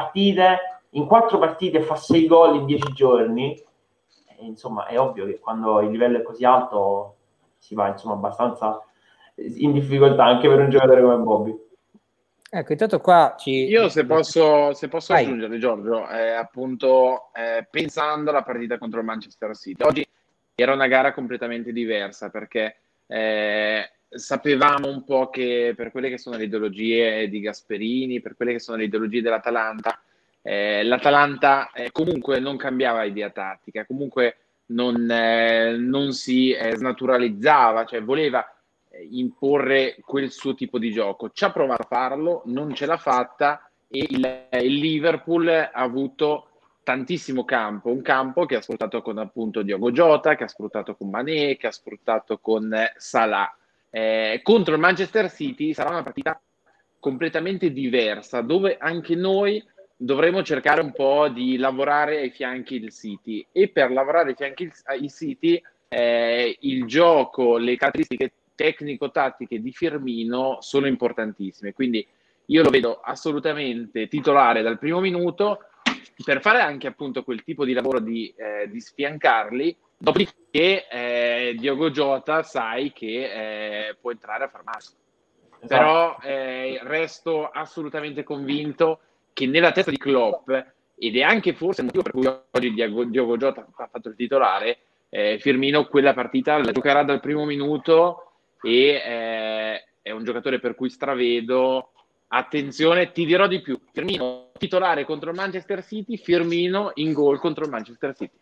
4 partite fa 6 gol in 10 giorni. E, insomma, è ovvio che quando il livello è così alto si va, insomma, abbastanza in difficoltà anche per un giocatore come Bobby. Ecco, intanto qua io se posso aggiungere, Giorgio, appunto pensando alla partita contro il Manchester City, oggi era una gara completamente diversa, perché sapevamo un po' che per quelle che sono le ideologie di Gasperini, per quelle che sono le ideologie dell'Atalanta, l'Atalanta comunque non cambiava idea tattica, comunque non si snaturalizzava, cioè voleva imporre quel suo tipo di gioco. Ci ha provato a farlo, non ce l'ha fatta, e il Liverpool ha avuto tantissimo campo, un campo che ha sfruttato con appunto Diogo Jota, che ha sfruttato con Mané, che ha sfruttato con Salah. Contro il Manchester City sarà una partita completamente diversa, dove anche noi dovremo cercare un po' di lavorare ai fianchi del City, e per lavorare ai fianchi del City il gioco, le caratteristiche tecnico-tattiche di Firmino sono importantissime, quindi io lo vedo assolutamente titolare dal primo minuto, per fare anche appunto quel tipo di lavoro di sfiancarli. Dopodiché Diogo Jota sai che può entrare a far male. Esatto. Però resto assolutamente convinto che nella testa di Klopp, ed è anche forse il motivo per cui oggi Diogo Jota ha fatto il titolare, Firmino quella partita la giocherà dal primo minuto, e è un giocatore per cui stravedo. Attenzione, ti dirò di più: Firmino titolare contro il Manchester City, Firmino in gol contro il Manchester City.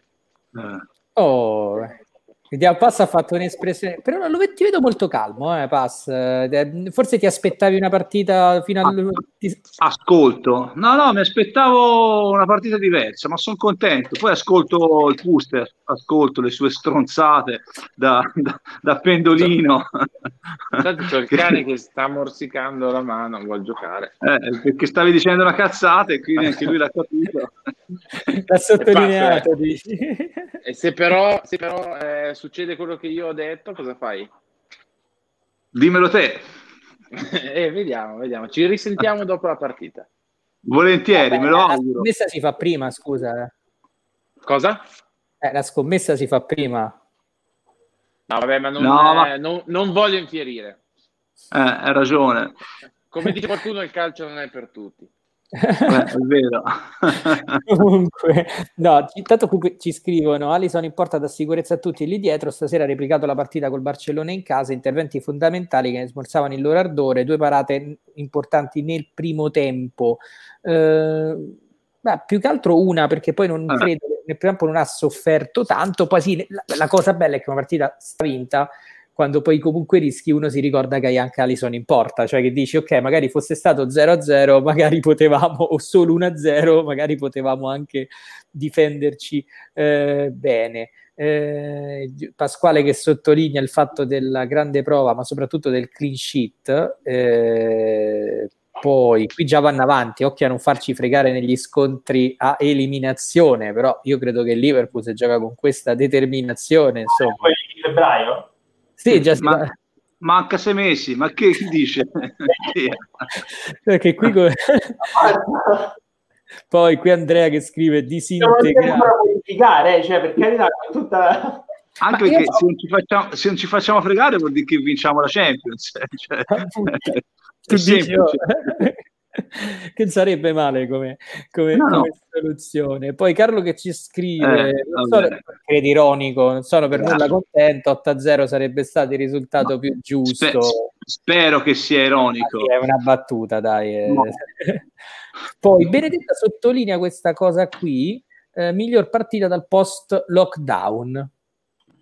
Vediamo, Pass ha fatto un'espressione, però ti vedo molto calmo, Pass. Forse ti aspettavi una partita fino al... Ascolto, no, mi aspettavo una partita diversa, ma sono contento. Poi ascolto il Puster, ascolto le sue stronzate da pendolino. Tanto c'è il cane che sta morsicando la mano, vuol giocare. Perché stavi dicendo una cazzata e quindi anche lui l'ha capito. L'ha sottolineato, dici. E se però succede quello che io ho detto, cosa fai? Dimmelo te. Vediamo. Ci risentiamo dopo la partita. Volentieri, me lo auguro. La scommessa si fa prima, scusa. Cosa? La scommessa si fa prima. No, vabbè, ma non voglio infierire. Hai ragione. Come dice qualcuno, il calcio non è per tutti. È vero. Comunque, no, intanto qui ci scrivono: Alisson in porta da sicurezza a tutti lì dietro, stasera ha replicato la partita col Barcellona in casa, interventi fondamentali che ne smorzavano il loro ardore, 2 parate importanti nel primo tempo, più che altro una, perché poi non credo che nel primo tempo non ha sofferto tanto. Poi sì, la cosa bella è che una partita stravinta, quando poi comunque rischi, uno si ricorda che hai anche Alisson in porta, cioè che dici ok, magari fosse stato 0-0, magari potevamo, o solo 1-0, magari potevamo anche difenderci bene. Pasquale che sottolinea il fatto della grande prova, ma soprattutto del clean sheet. Poi qui già vanno avanti, occhio a non farci fregare negli scontri a eliminazione, però io credo che il Liverpool, se gioca con questa determinazione, insomma... Quelli di febbraio? Sì, già manca 6 mesi, ma che chi dice? Perché qui poi qui Andrea che scrive disintegrare, modificare, cioè per carità, tutta... Anche perché se non ci facciamo fregare vuol dire che vinciamo la Champions, cioè, tu dici, che sarebbe male come soluzione. Poi Carlo che ci scrive, credo ironico, non sono per nulla contento, 8-0 sarebbe stato il risultato più giusto. Spero che sia ironico. Sì, è una battuta, dai. No. Poi Benedetta sottolinea questa cosa qui, miglior partita dal post lockdown.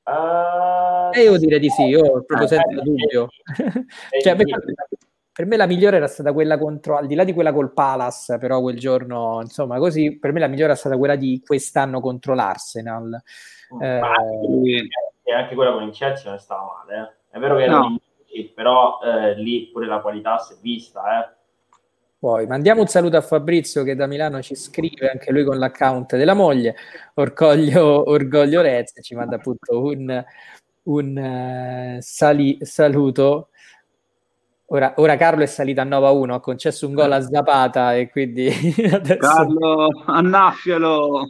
E io direi di sì, io proprio senza sì, dubbio. sì, Cioè, sì. per me la migliore era stata quella contro, al di là di quella col Palace, però quel giorno, insomma, così, per me la migliore è stata quella di quest'anno contro l'Arsenal. Ma anche quella con il Chelsea non stava male, eh. È vero che erano No, in 10, però lì pure la qualità si è vista, eh. Poi mandiamo un saluto a Fabrizio che da Milano ci scrive, anche lui con l'account della moglie, Orgoglio Reds, ci manda appunto un saluto. Ora Carlo è salito a 9-1, ha concesso un gol a Zapata e quindi adesso... Carlo, annaffialo.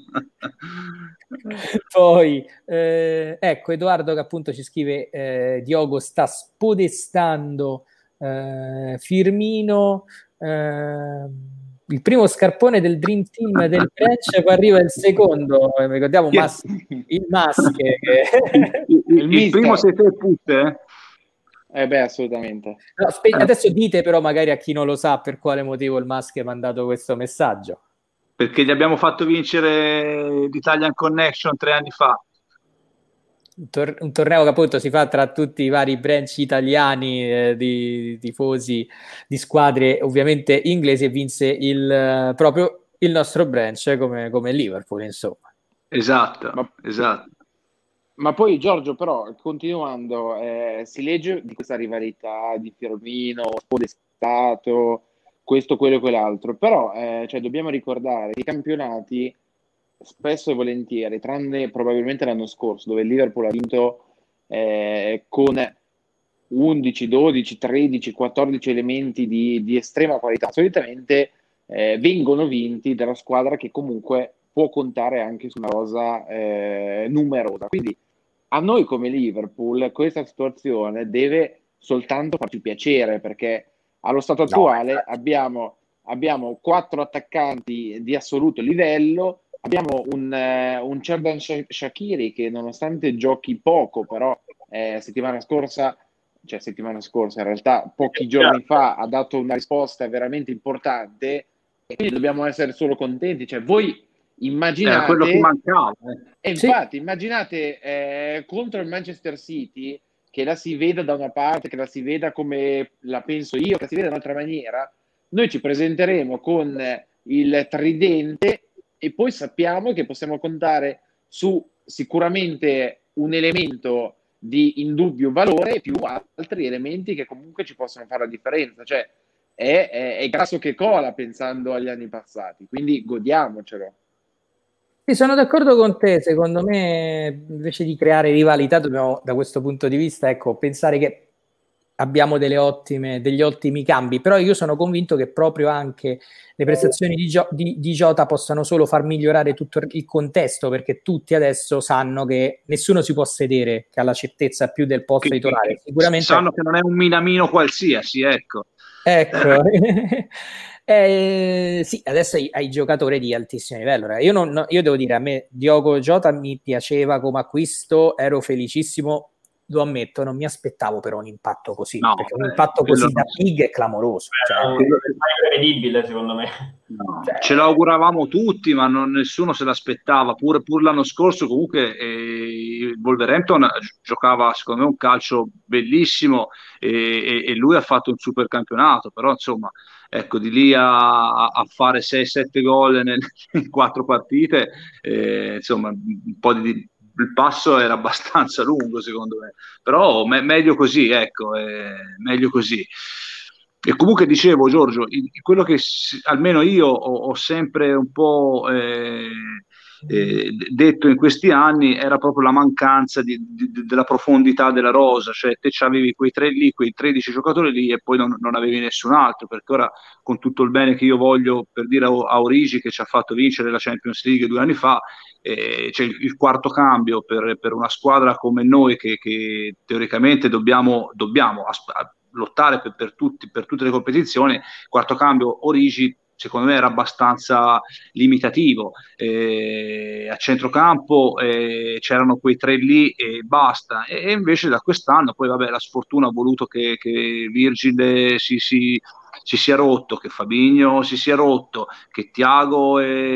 Poi, ecco, Edoardo che appunto ci scrive, Diogo sta spodestando Firmino, il primo scarpone del Dream Team del Brescia, poi arriva il secondo, ricordiamo il Masche. Il primo mister. sei te, putte? Beh, assolutamente. No, adesso dite però magari a chi non lo sa per quale motivo il Masche ha mandato questo messaggio. Perché gli abbiamo fatto vincere l'Italian Connection 3 anni fa. Un torneo che appunto si fa tra tutti i vari branch italiani di tifosi di squadre ovviamente inglesi, e vinse proprio il nostro branch come Liverpool, insomma. Esatto, Ma, esatto. ma poi Giorgio, però, continuando, si legge di questa rivalità di Firmino, Spodestato, questo, quello e quell'altro, però cioè, dobbiamo ricordare che i campionati spesso e volentieri, tranne probabilmente l'anno scorso, dove il Liverpool ha vinto con 11, 12, 13, 14 elementi di estrema qualità, solitamente vengono vinti dalla squadra che comunque può contare anche su una rosa numerosa. Quindi a noi come Liverpool questa situazione deve soltanto farci piacere, perché allo stato No, attuale abbiamo 4 attaccanti di assoluto livello. Abbiamo un Xherdan Shaqiri che nonostante giochi poco, però settimana scorsa in realtà pochi giorni fa ha dato una risposta veramente importante e quindi dobbiamo essere solo contenti. Cioè, voi Era quello che immaginate, mancava. e sì, infatti immaginate contro il Manchester City che la si veda da una parte, che la si veda come la penso io, che la si veda in un'altra maniera, noi ci presenteremo con il tridente e poi sappiamo che possiamo contare su sicuramente un elemento di indubbio valore e più altri elementi che comunque ci possono fare la differenza. Cioè, è grasso che cola pensando agli anni passati, quindi godiamocelo. sì, sono d'accordo con te. Secondo me, invece di creare rivalità, dobbiamo, da questo punto di vista, ecco, pensare che abbiamo degli ottimi cambi. Però io sono convinto che proprio anche le prestazioni di Jota possano solo far migliorare tutto il contesto, perché tutti adesso sanno che nessuno si può sedere, che ha la certezza più del posto titolare. Che Sicuramente. sanno che non è un minamino qualsiasi, ecco. Ecco, sì, adesso hai giocatori di altissimo livello. Raga. Io devo dire, a me Diogo Jota mi piaceva come acquisto, ero felicissimo, lo ammetto, non mi aspettavo però un impatto così, No, perché un impatto quello così da big è clamoroso. È un quello- dettaglio incredibile, secondo me. no, Cioè, ce l'auguravamo tutti, ma nessuno se l'aspettava. Pur l'anno scorso, comunque, il Wolverhampton giocava, secondo me, un calcio bellissimo e lui ha fatto un super campionato. Però, insomma, ecco, di lì a fare 6-7 gol in 4 partite, insomma, un po' il passo era abbastanza lungo, secondo me. Però meglio così, ecco, meglio così. E comunque dicevo, Giorgio, quello che almeno io ho sempre un po' detto in questi anni era proprio la mancanza della profondità della rosa, cioè te avevi quei 3 lì, quei 13 giocatori lì e poi non avevi nessun altro, perché ora con tutto il bene che io voglio per dire a Origi che ci ha fatto vincere la Champions League 2 anni fa, c'è il quarto cambio per una squadra come noi che teoricamente dobbiamo lottare per tutte le competizioni. Quarto cambio Origi secondo me era abbastanza limitativo. A centrocampo c'erano quei 3 lì e basta. E invece da quest'anno, poi vabbè, la sfortuna ha voluto che Virgil si sia rotto, che Fabinho si sia rotto, che Thiago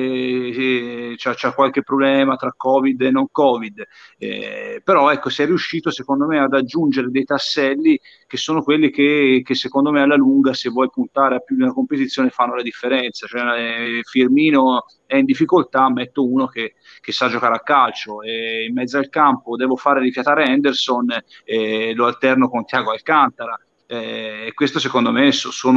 c'ha qualche problema tra Covid e non Covid, però ecco, si è riuscito secondo me ad aggiungere dei tasselli che sono quelli che secondo me alla lunga, se vuoi puntare a più di una competizione, fanno la differenza. Cioè, Firmino è in difficoltà, metto uno che sa giocare a calcio, e in mezzo al campo devo fare rifiatare Henderson, lo alterno con Thiago Alcantara. E questo secondo me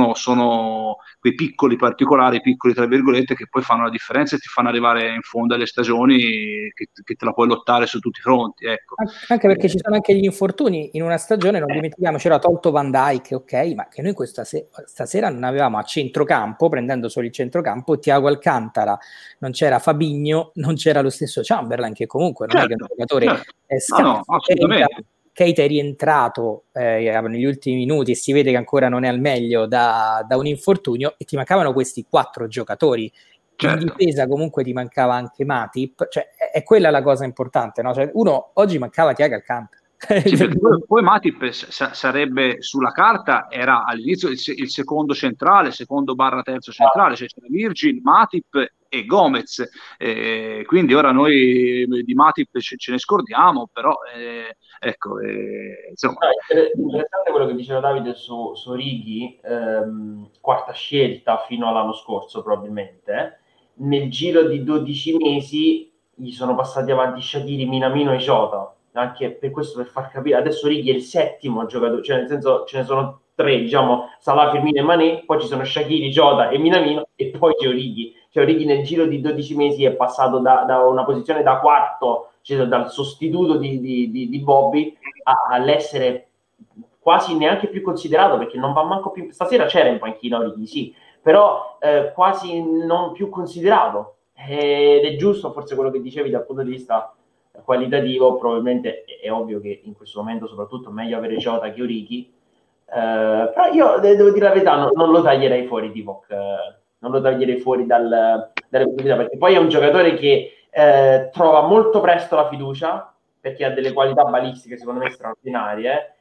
sono quei piccoli particolari, piccoli tra virgolette, che poi fanno la differenza e ti fanno arrivare in fondo alle stagioni che te la puoi lottare su tutti i fronti, ecco. Anche perché ci sono anche gli infortuni in una stagione, non dimentichiamoci, era tolto Van Dijk, ok, ma che noi stasera non avevamo a centrocampo, prendendo solo il centrocampo, Thiago Alcantara, non c'era Fabinho, non c'era lo stesso Chamberlain, che comunque non è che è un giocatore scarso. No, assolutamente. Keita è rientrato negli ultimi minuti e si vede che ancora non è al meglio da un infortunio, e ti mancavano questi 4 giocatori. Certo. In difesa comunque ti mancava anche Matip, cioè è quella la cosa importante, no? Cioè, oggi mancava Thiago Alcantara. Sì, poi Matip sarebbe sulla carta, era all'inizio il secondo centrale, secondo barra terzo centrale, cioè c'era Virgil, Matip e Gomez, quindi ora noi di Matip ce ne scordiamo, però ecco, insomma. Interessante quello che diceva Davide su Origi, quarta scelta fino all'anno scorso probabilmente. Nel giro di 12 mesi gli sono passati avanti Shaqiri, Minamino e Jota, anche per questo, per far capire. Adesso Origi è il settimo giocatore, cioè nel senso ce ne sono 3, diciamo, Salah, Firmino e Mané, poi ci sono Shaqiri, Jota e Minamino, e poi c'è Origi. Cioè Origi nel giro di 12 mesi è passato da una posizione da quarto, cioè dal sostituto di Bobby all'essere quasi neanche più considerato, perché non va manco più. Stasera c'era in panchina Origi, sì, però quasi non più considerato, ed è giusto forse quello che dicevi dal punto di vista qualitativo. Probabilmente è ovvio che in questo momento soprattutto è meglio avere Jota che Origi, però io devo dire la verità, non lo taglierei fuori Divock, non lo taglierei fuori dalle possibilità, perché poi è un giocatore che trova molto presto la fiducia, perché ha delle qualità balistiche secondo me straordinarie,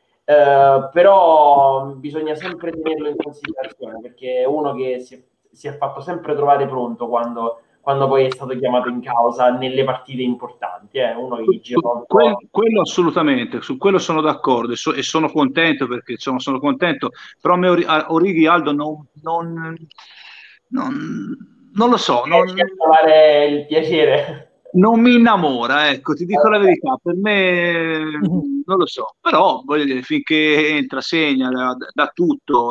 però bisogna sempre tenerlo in considerazione, perché è uno che si è fatto sempre trovare pronto quando poi è stato chiamato in causa nelle partite importanti, uno che gli gira un po'. Quello assolutamente, su quello sono d'accordo, e sono contento, perché insomma sono contento, però a me Origi, Aldo, non lo so, trovare il piacere. Non mi innamora, ecco, ti dico la verità, per me non lo so, però voglio dire, finché entra, segna, da tutto.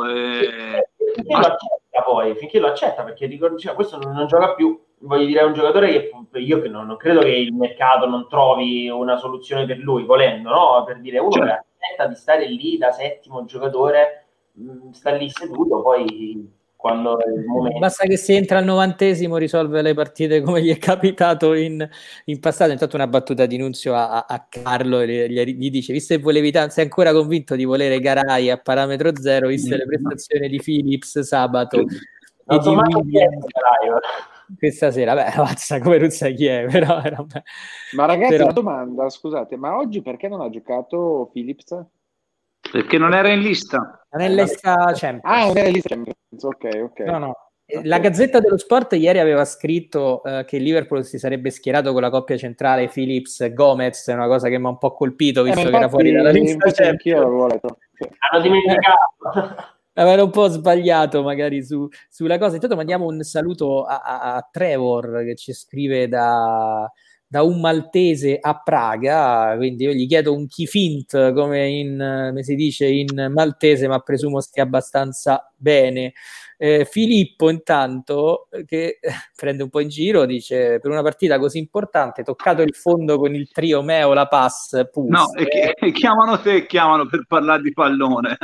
Finché lo accetta, perché ricordo, cioè, questo non gioca più. Voglio dire, è un giocatore che io che non credo che il mercato non trovi una soluzione per lui, volendo, no? Per dire, uno che accetta di stare lì da settimo giocatore, sta lì seduto, poi quando è il momento. Basta che si entra al 90esimo, risolve le partite come gli è capitato in passato. Intanto una battuta di Nunzio a Carlo, gli dice: visto che volevi sei ancora convinto di volere Garay a parametro zero, viste le prestazioni di Phillips sabato e di Williams questa sera. Beh, mazza, come non sai chi è, però ma ragazzi, una domanda, scusate, ma oggi perché non ha giocato Phillips? Perché non era in lista. Non è in lista Champions. Non era in lista Champions, ok. No. La Gazzetta dello Sport ieri aveva scritto che il Liverpool si sarebbe schierato con la coppia centrale Phillips-Gomez, è una cosa che mi ha un po' colpito, visto che era fuori dalla lista Champions. Hanno dimenticato. Aveva un po' sbagliato magari sulla cosa. Intanto mandiamo un saluto a Trevor, che ci scrive da un maltese a Praga, quindi io gli chiedo un kifint come si dice in maltese, ma presumo stia abbastanza bene. Filippo intanto, che prende un po' in giro, dice: per una partita così importante, toccato il fondo con il trio Meo, La Pass, Pus. No, e chiamano per parlare di pallone.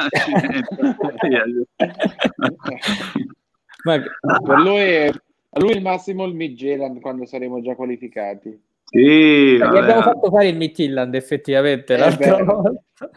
Ma per lui il massimo il Midtjylland quando saremo già qualificati. Sì, gli abbiamo fatto fare il Midtjylland effettivamente l'altra volta.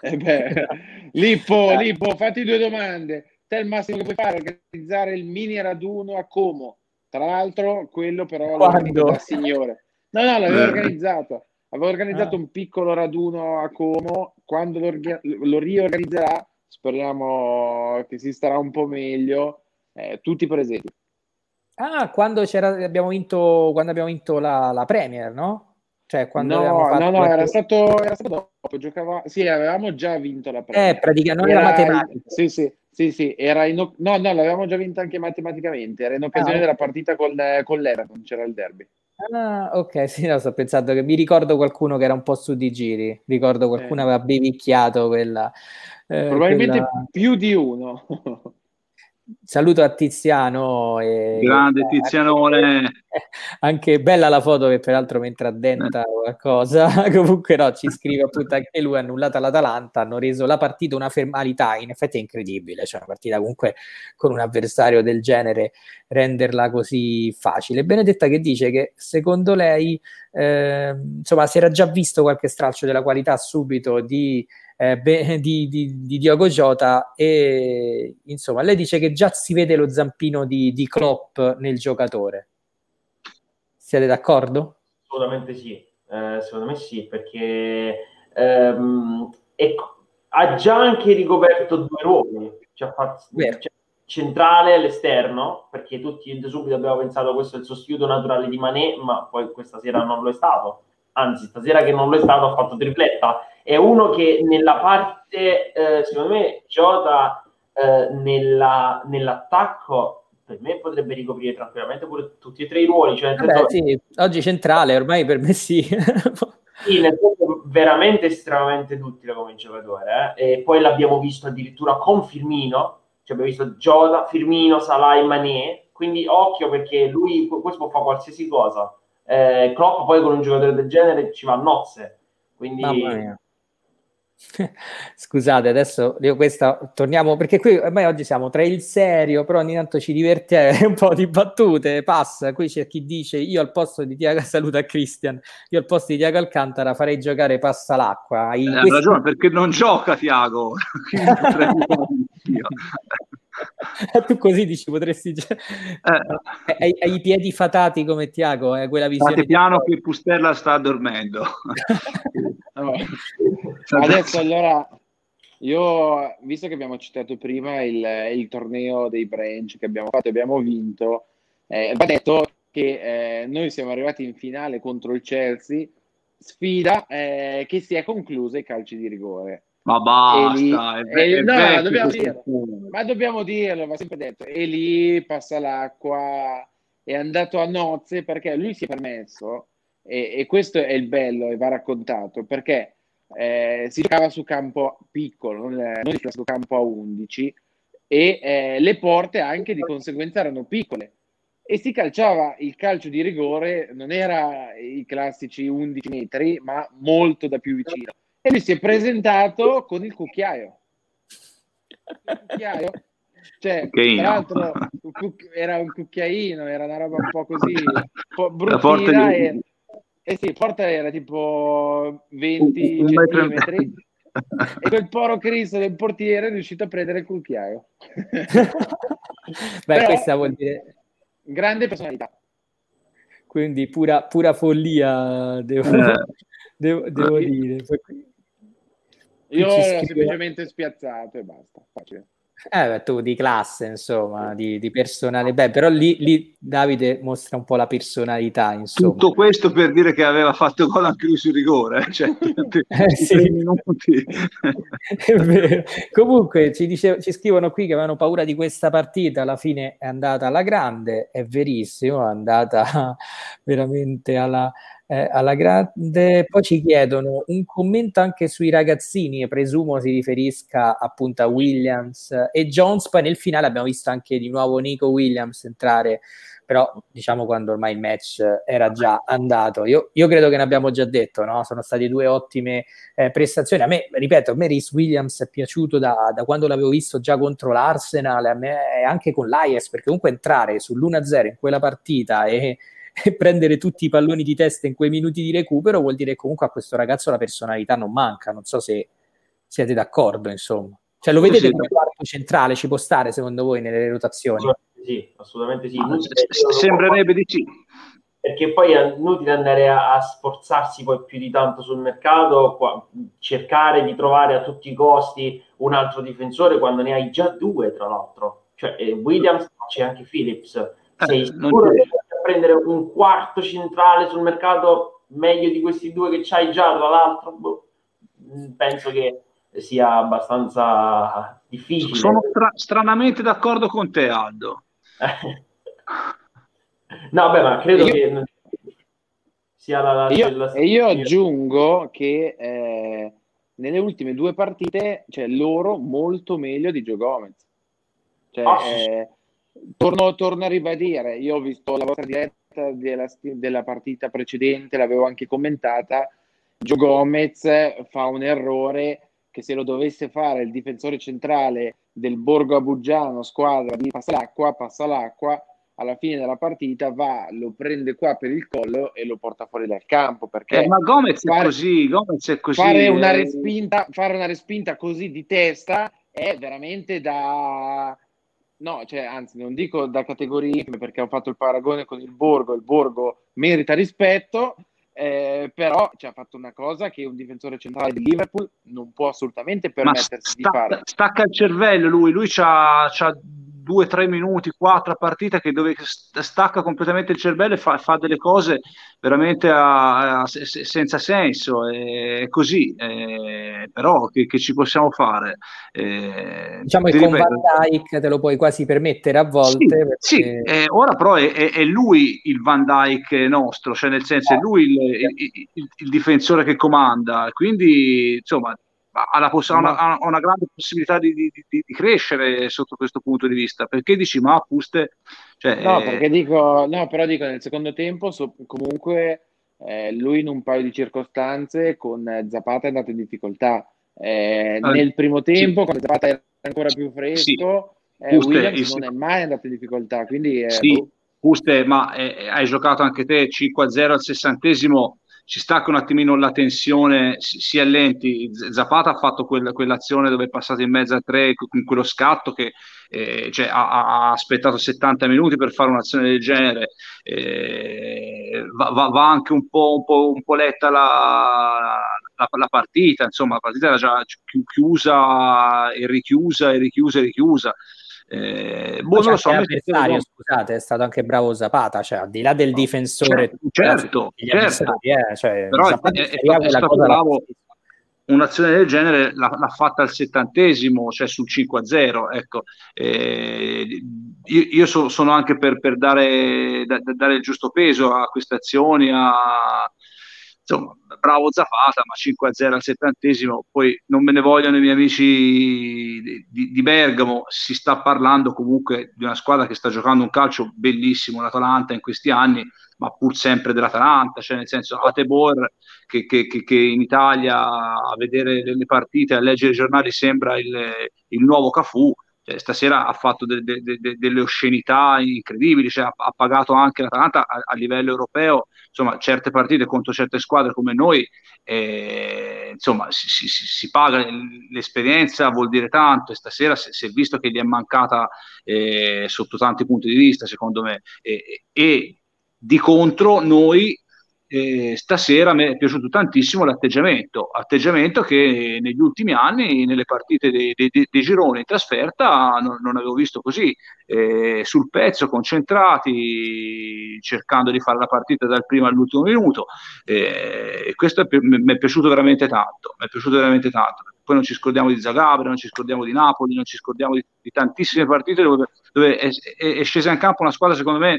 Lippo, fatti 2 domande. Te il massimo che puoi fare è organizzare il mini raduno a Como. Tra l'altro, quello però da signore. No, l'avevo organizzato. Avevo organizzato un piccolo raduno a Como. Quando lo riorganizzerà, speriamo che si starà un po' meglio, tutti presenti. Quando abbiamo vinto la Premier, no? Cioè, quando avevamo fatto no, era stato dopo, sì, avevamo già vinto la Premier. non era matematica. Sì, era no, l'avevamo già vinta anche matematicamente, era in occasione della partita con l'Everton, c'era il derby. Ok, sì, no, sto pensando che mi ricordo qualcuno che era un po' su di giri, ricordo qualcuno aveva bevicchiato quella... probabilmente più di uno. Saluto a Tiziano. Grande Tizianone. Anche bella la foto che peraltro mentre addenta qualcosa, comunque no, ci scrive appunto anche lui, annullata l'Atalanta, hanno reso la partita una formalità, in effetti è incredibile, cioè una partita comunque con un avversario del genere renderla così facile. Benedetta che dice che secondo lei insomma si era già visto qualche stralcio della qualità subito di Diogo Jota e insomma lei dice che già si vede lo zampino di Klopp nel giocatore. Siete d'accordo? Assolutamente sì, secondo me sì, perché ha già anche ricoperto due ruoli, cioè centrale all'esterno, perché tutti subito abbiamo pensato questo è il sostituto naturale di Mané, ma poi questa sera non lo è stato, anzi stasera che non lo è stato ha fatto tripletta. È uno che nella parte, secondo me, Jota nell'attacco per me potrebbe ricoprire tranquillamente pure tutti e tre i ruoli. Cioè, sì, oggi centrale, ormai per me sì. Sì, nel senso veramente estremamente utile come giocatore. E poi l'abbiamo visto addirittura con Firmino, cioè abbiamo visto Jota, Firmino, Salah e Mané, quindi occhio perché lui questo può fare qualsiasi cosa. Klopp poi con un giocatore del genere ci va a nozze, quindi... Mamma mia. Scusate, adesso io questa torniamo perché qui ormai oggi siamo tra il serio, però ogni tanto ci divertiamo un po' di battute, passa. Qui c'è chi dice io al posto di Thiago, saluta Christian, io al posto di Thiago Alcantara farei giocare Passa l'acqua. Hai ragione, perché non gioca Thiago. Tu così dici potresti hai i piedi fatati come Thiago, quella visione. State piano che Pustella sta dormendo. Adesso allora io, visto che abbiamo citato prima il torneo dei branch che abbiamo fatto e abbiamo vinto, va detto che noi siamo arrivati in finale contro il Chelsea, sfida che si è conclusa ai calci di rigore. Ma basta, dobbiamo dirlo, va sempre detto. E lì Passa l'acqua, è andato a nozze perché lui si è permesso, e questo è il bello e va raccontato, perché si giocava su campo piccolo, non il classico campo a 11, e le porte anche di conseguenza erano piccole. E si calciava il calcio di rigore, non era i classici 11 metri, ma molto da più vicino. E lui si è presentato con il cucchiaio. Cioè, tra l'altro era un cucchiaino, era una roba un po' così, un po' bruttina. Sì, porta era tipo 20 centimetri. E quel poro Cristo del portiere è riuscito a prendere il cucchiaio. Beh, questa vuol dire grande personalità. Quindi pura follia, devo dire. Io l'ho semplicemente spiazzato e basta. Facile. Tu di classe, insomma, di personale. Beh, però lì Davide mostra un po' la personalità, insomma. Tutto questo per dire che aveva fatto gol anche lui sul rigore. Cioè, sì. Minuti. È vero. Comunque ci scrivono qui che avevano paura di questa partita, alla fine è andata alla grande, è verissimo, è andata veramente alla grande. Poi ci chiedono un commento anche sui ragazzini, presumo si riferisca appunto a Williams e Jones. Poi nel finale abbiamo visto anche di nuovo Nico Williams entrare, però diciamo quando ormai il match era già andato. Io credo che ne abbiamo già detto, no? Sono state due ottime prestazioni. A me Rhys Williams è piaciuto da quando l'avevo visto già contro l'Arsenal, a me anche con l'Ajax, perché comunque entrare sull'1-0 in quella partita e prendere tutti i palloni di testa in quei minuti di recupero vuol dire che comunque a questo ragazzo la personalità non manca. Non so se siete d'accordo, insomma. Cioè lo vedete come quarto centrale, ci può stare secondo voi nelle rotazioni? Sì, assolutamente sì. Sembrerebbe di sì. perché poi è inutile andare a sforzarsi poi più di tanto sul mercato, cercare di trovare a tutti i costi un altro difensore quando ne hai già due, tra l'altro. Cioè, Williams, c'è anche Phillips. Sei sicuro che puoi prendere un quarto centrale sul mercato meglio di questi due che c'hai già, tra l'altro? Boh, penso che sia abbastanza difficile. Sono stranamente d'accordo con te, Aldo. No, beh, ma credo che sia la io aggiungo che nelle ultime due partite, cioè, loro molto meglio di Joe Gomez. Cioè, torno a ribadire, io ho visto la vostra diretta della partita precedente, l'avevo anche commentata. Joe Gomez fa un errore che, se lo dovesse fare il difensore centrale del Borgo Abugiano, squadra di passa l'acqua, alla fine della partita lo prende qua per il collo e lo porta fuori dal campo, perché ma Gomez è così. Fare una respinta così di testa è veramente no, cioè, anzi, non dico da categorie, perché ho fatto il paragone con il Borgo merita rispetto, però ha fatto una cosa che un difensore centrale di Liverpool non può assolutamente permettersi di fare. Stacca il cervello lui c'ha 2-3 minuti, 4 a partita dove stacca completamente il cervello e fa delle cose veramente senza senso, è così, però che ci possiamo fare? Diciamo che con Van Dijk te lo puoi quasi permettere a volte. Sì, ora però è lui il Van Dijk nostro, cioè nel senso è lui il difensore che comanda, quindi insomma ha una grande possibilità di crescere sotto questo punto di vista. Perché dici ma Puste? Cioè, però dico nel secondo tempo comunque lui in un paio di circostanze con Zapata è andato in difficoltà. Nel primo tempo, quando Zapata era ancora più fresco, Williams non è mai andato in difficoltà, quindi Puste, ma hai giocato anche te 5-0 al 60esimo, ci sta che un attimino la tensione si allenti. Zapata ha fatto quell'azione dove è passato in mezzo a tre con quello scatto che cioè, ha aspettato 70 minuti per fare un'azione del genere. Va anche un po' letta la partita, insomma la partita era già chiusa e richiusa. Non lo so, scusate, è stato anche bravo Zapata, cioè al di là del difensore, certo. Cioè, però è stato bravo. Un'azione del genere l'ha fatta al 70esimo, cioè sul 5-0. Ecco, io sono anche per dare il giusto peso a queste azioni, insomma, bravo Zapata, ma 5-0 al 70esimo, poi non me ne vogliono i miei amici di Bergamo. Si sta parlando comunque di una squadra che sta giocando un calcio bellissimo, l'Atalanta, in questi anni, ma pur sempre dell'Atalanta, cioè nel senso Atebor che in Italia a vedere le partite, a leggere i giornali sembra il nuovo Cafù. Cioè, stasera ha fatto delle oscenità incredibili, cioè, ha pagato anche l'Atalanta a livello europeo, insomma certe partite contro certe squadre come noi, insomma si paga l'esperienza, vuol dire tanto, e stasera si è visto che gli è mancata sotto tanti punti di vista, secondo me, e di contro noi stasera mi è piaciuto tantissimo atteggiamento che negli ultimi anni nelle partite dei gironi in trasferta non avevo visto così, sul pezzo, concentrati, cercando di fare la partita dal primo all'ultimo minuto, questo mi è piaciuto veramente tanto, poi non ci scordiamo di Zagabria, non ci scordiamo di Napoli, non ci scordiamo di tantissime partite dove è scesa in campo una squadra secondo me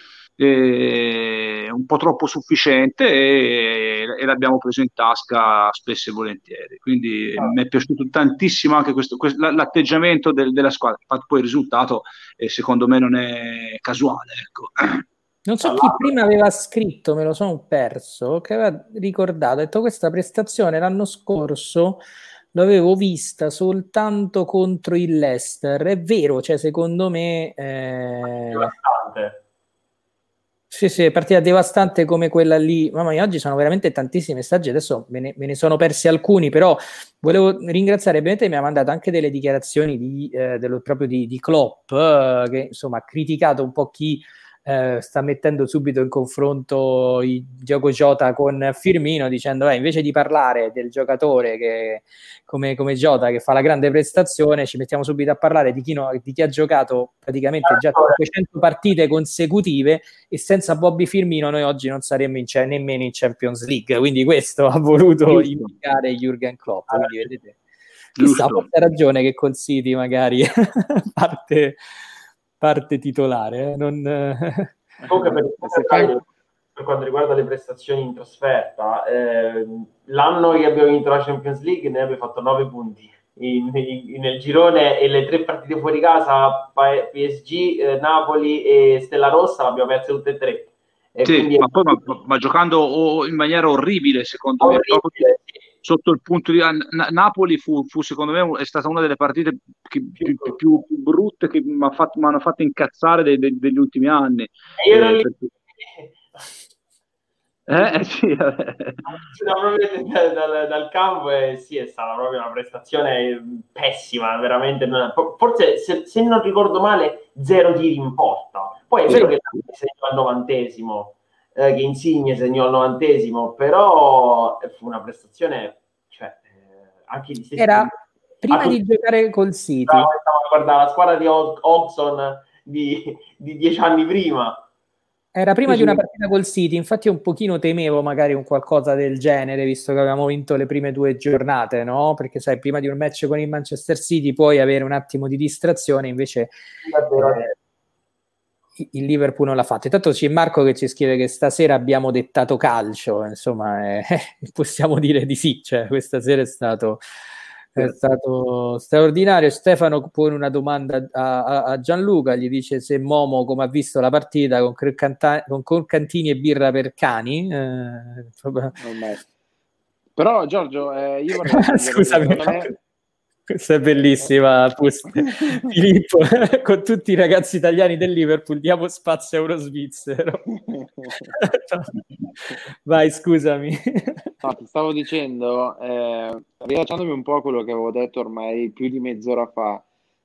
un po' troppo sufficiente e l'abbiamo preso in tasca spesso e volentieri, quindi mi è piaciuto tantissimo anche l'atteggiamento della squadra. Infatti poi il risultato secondo me non è casuale, ecco. Non so chi prima aveva scritto, me lo sono perso, che aveva ricordato, ha detto questa prestazione l'anno scorso l'avevo vista soltanto contro il Leicester. È vero, cioè secondo me devastante. Sì, partita devastante come quella lì. Mamma mia, oggi sono veramente tantissimi messaggi, adesso me ne sono persi alcuni, però volevo ringraziare, ovviamente mi ha mandato anche delle dichiarazioni proprio di Klopp, che insomma ha criticato un po' chi sta mettendo subito in confronto il Diogo Jota con Firmino, dicendo invece di parlare del giocatore che come Jota che fa la grande prestazione, ci mettiamo subito a parlare di chi ha giocato praticamente già 500 partite consecutive, e senza Bobby Firmino noi oggi non saremmo nemmeno in Champions League. Quindi questo ha voluto indicare Jürgen Klopp. Quindi vedete, chissà, forse ha ragione che col City magari parte titolare. Comunque per quanto riguarda le prestazioni in trasferta, l'anno che abbiamo vinto la Champions League ne abbiamo fatto 9 punti nel girone, e le 3 partite fuori casa, PSG, Napoli e Stella Rossa, l'abbiamo perse tutte e 3. E sì, quindi ma giocando in maniera orribile, secondo me, proprio sotto il punto di Napoli fu secondo me è stata una delle partite più brutte che mi hanno fatto incazzare degli ultimi anni. Sì, dal campo, sì, è stata proprio una prestazione pessima, veramente. Forse, se non ricordo male, 0 tiri in porta. Poi è vero che segnò al 90esimo, che Insigne segnò al 90esimo, però fu una prestazione, cioè, anche di era prima di giocare col City. Stavo a guardare la squadra di Hodgson di 10 anni prima. Era prima di una partita col City, infatti un pochino temevo magari un qualcosa del genere, visto che avevamo vinto le prime 2 giornate, no? Perché sai, prima di un match con il Manchester City puoi avere un attimo di distrazione, invece il Liverpool non l'ha fatto. Intanto c'è Marco che ci scrive che stasera abbiamo dettato calcio, insomma, possiamo dire di sì, cioè questa sera è stato straordinario. Stefano pone una domanda a Gianluca, gli dice se Momo come ha visto la partita con croccantini e birra per cani. Però Giorgio, io vorrei scusami, questa è bellissima. Filippo, con tutti i ragazzi italiani del Liverpool diamo spazio a uno svizzero. Vai, scusami. No, ti stavo dicendo, rilasciandomi un po' a quello che avevo detto ormai più di mezz'ora fa,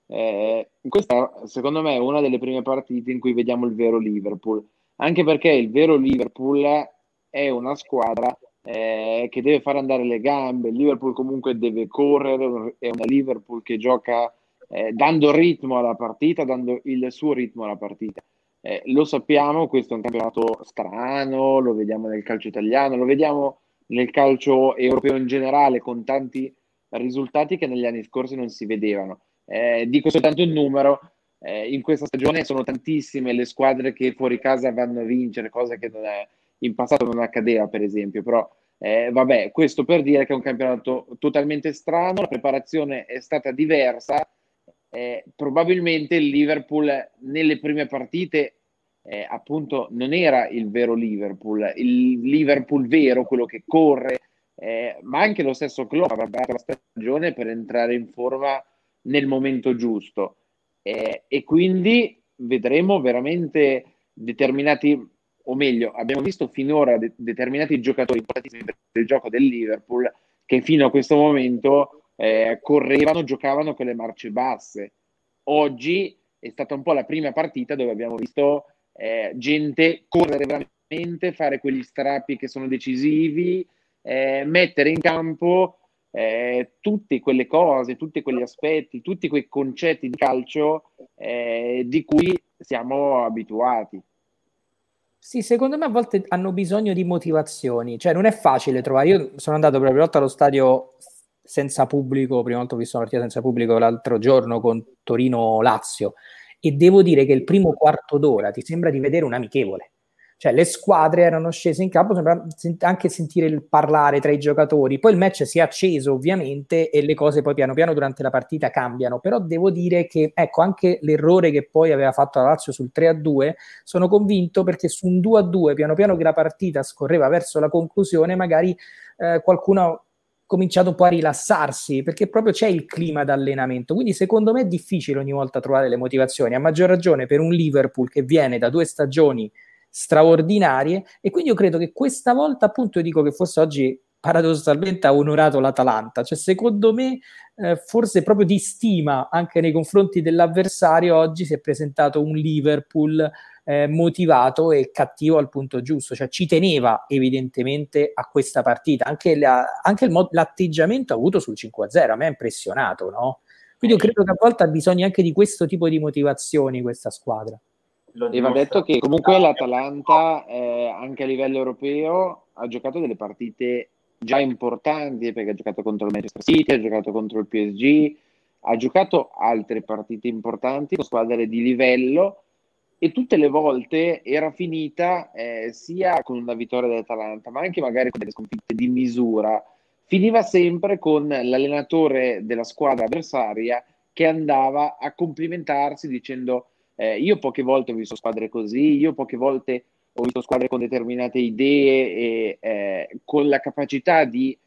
questa secondo me è una delle prime partite in cui vediamo il vero Liverpool, anche perché il vero Liverpool è una squadra che deve fare andare le gambe. Il Liverpool comunque deve correre, è una Liverpool che gioca dando ritmo alla partita, dando il suo ritmo alla partita. Lo sappiamo, questo è un campionato strano, lo vediamo nel calcio italiano, lo vediamo nel calcio europeo in generale, con tanti risultati che negli anni scorsi non si vedevano. Dico soltanto un numero, in questa stagione sono tantissime le squadre che fuori casa vanno a vincere, cosa che in passato non accadeva, per esempio, però vabbè, questo per dire che è un campionato totalmente strano, la preparazione è stata diversa, probabilmente il Liverpool nelle prime partite appunto non era il vero Liverpool, il Liverpool vero, quello che corre, ma anche lo stesso Klopp ha preparato la stagione per entrare in forma nel momento giusto, e quindi vedremo veramente determinati, o meglio, abbiamo visto finora determinati giocatori importantissimi per il gioco del Liverpool che fino a questo momento correvano, giocavano con le marce basse. Oggi è stata un po' la prima partita dove abbiamo visto gente correre veramente, fare quegli strappi che sono decisivi, mettere in campo tutte quelle cose, tutti quegli aspetti, tutti quei concetti di calcio di cui siamo abituati. Sì, secondo me a volte hanno bisogno di motivazioni, cioè non è facile trovare. Io sono andato proprio volta allo stadio senza pubblico, prima volta ho visto una partita senza pubblico l'altro giorno con Torino-Lazio, e devo dire che il primo quarto d'ora ti sembra di vedere un amichevole. Cioè le squadre erano scese in campo, sembra anche sentire il parlare tra i giocatori. Poi il match si è acceso ovviamente e le cose poi piano piano durante la partita cambiano, però devo dire che ecco anche l'errore che poi aveva fatto la Lazio sul 3-2, sono convinto perché su un 2-2 piano piano che la partita scorreva verso la conclusione magari qualcuno ha cominciato un po' a rilassarsi, perché proprio c'è il clima d'allenamento, quindi secondo me è difficile ogni volta trovare le motivazioni, a maggior ragione per un Liverpool che viene da 2 stagioni straordinarie, e quindi io credo che questa volta, appunto, io dico che forse oggi paradossalmente ha onorato l'Atalanta, cioè secondo me forse proprio di stima anche nei confronti dell'avversario oggi si è presentato un Liverpool motivato e cattivo al punto giusto, cioè ci teneva evidentemente a questa partita, anche l'atteggiamento avuto sul 5-0 a me ha impressionato, no? Quindi io credo che a volte ha bisogno anche di questo tipo di motivazioni questa squadra. E va detto che comunque l'Atalanta anche a livello europeo ha giocato delle partite già importanti, perché ha giocato contro il Manchester City, ha giocato contro il PSG, ha giocato altre partite importanti con squadre di livello, e tutte le volte era finita sia con una vittoria dell'Atalanta, ma anche magari con delle sconfitte di misura, finiva sempre con l'allenatore della squadra avversaria che andava a complimentarsi dicendo io poche volte ho visto squadre così, io poche volte ho visto squadre con determinate idee e con la capacità di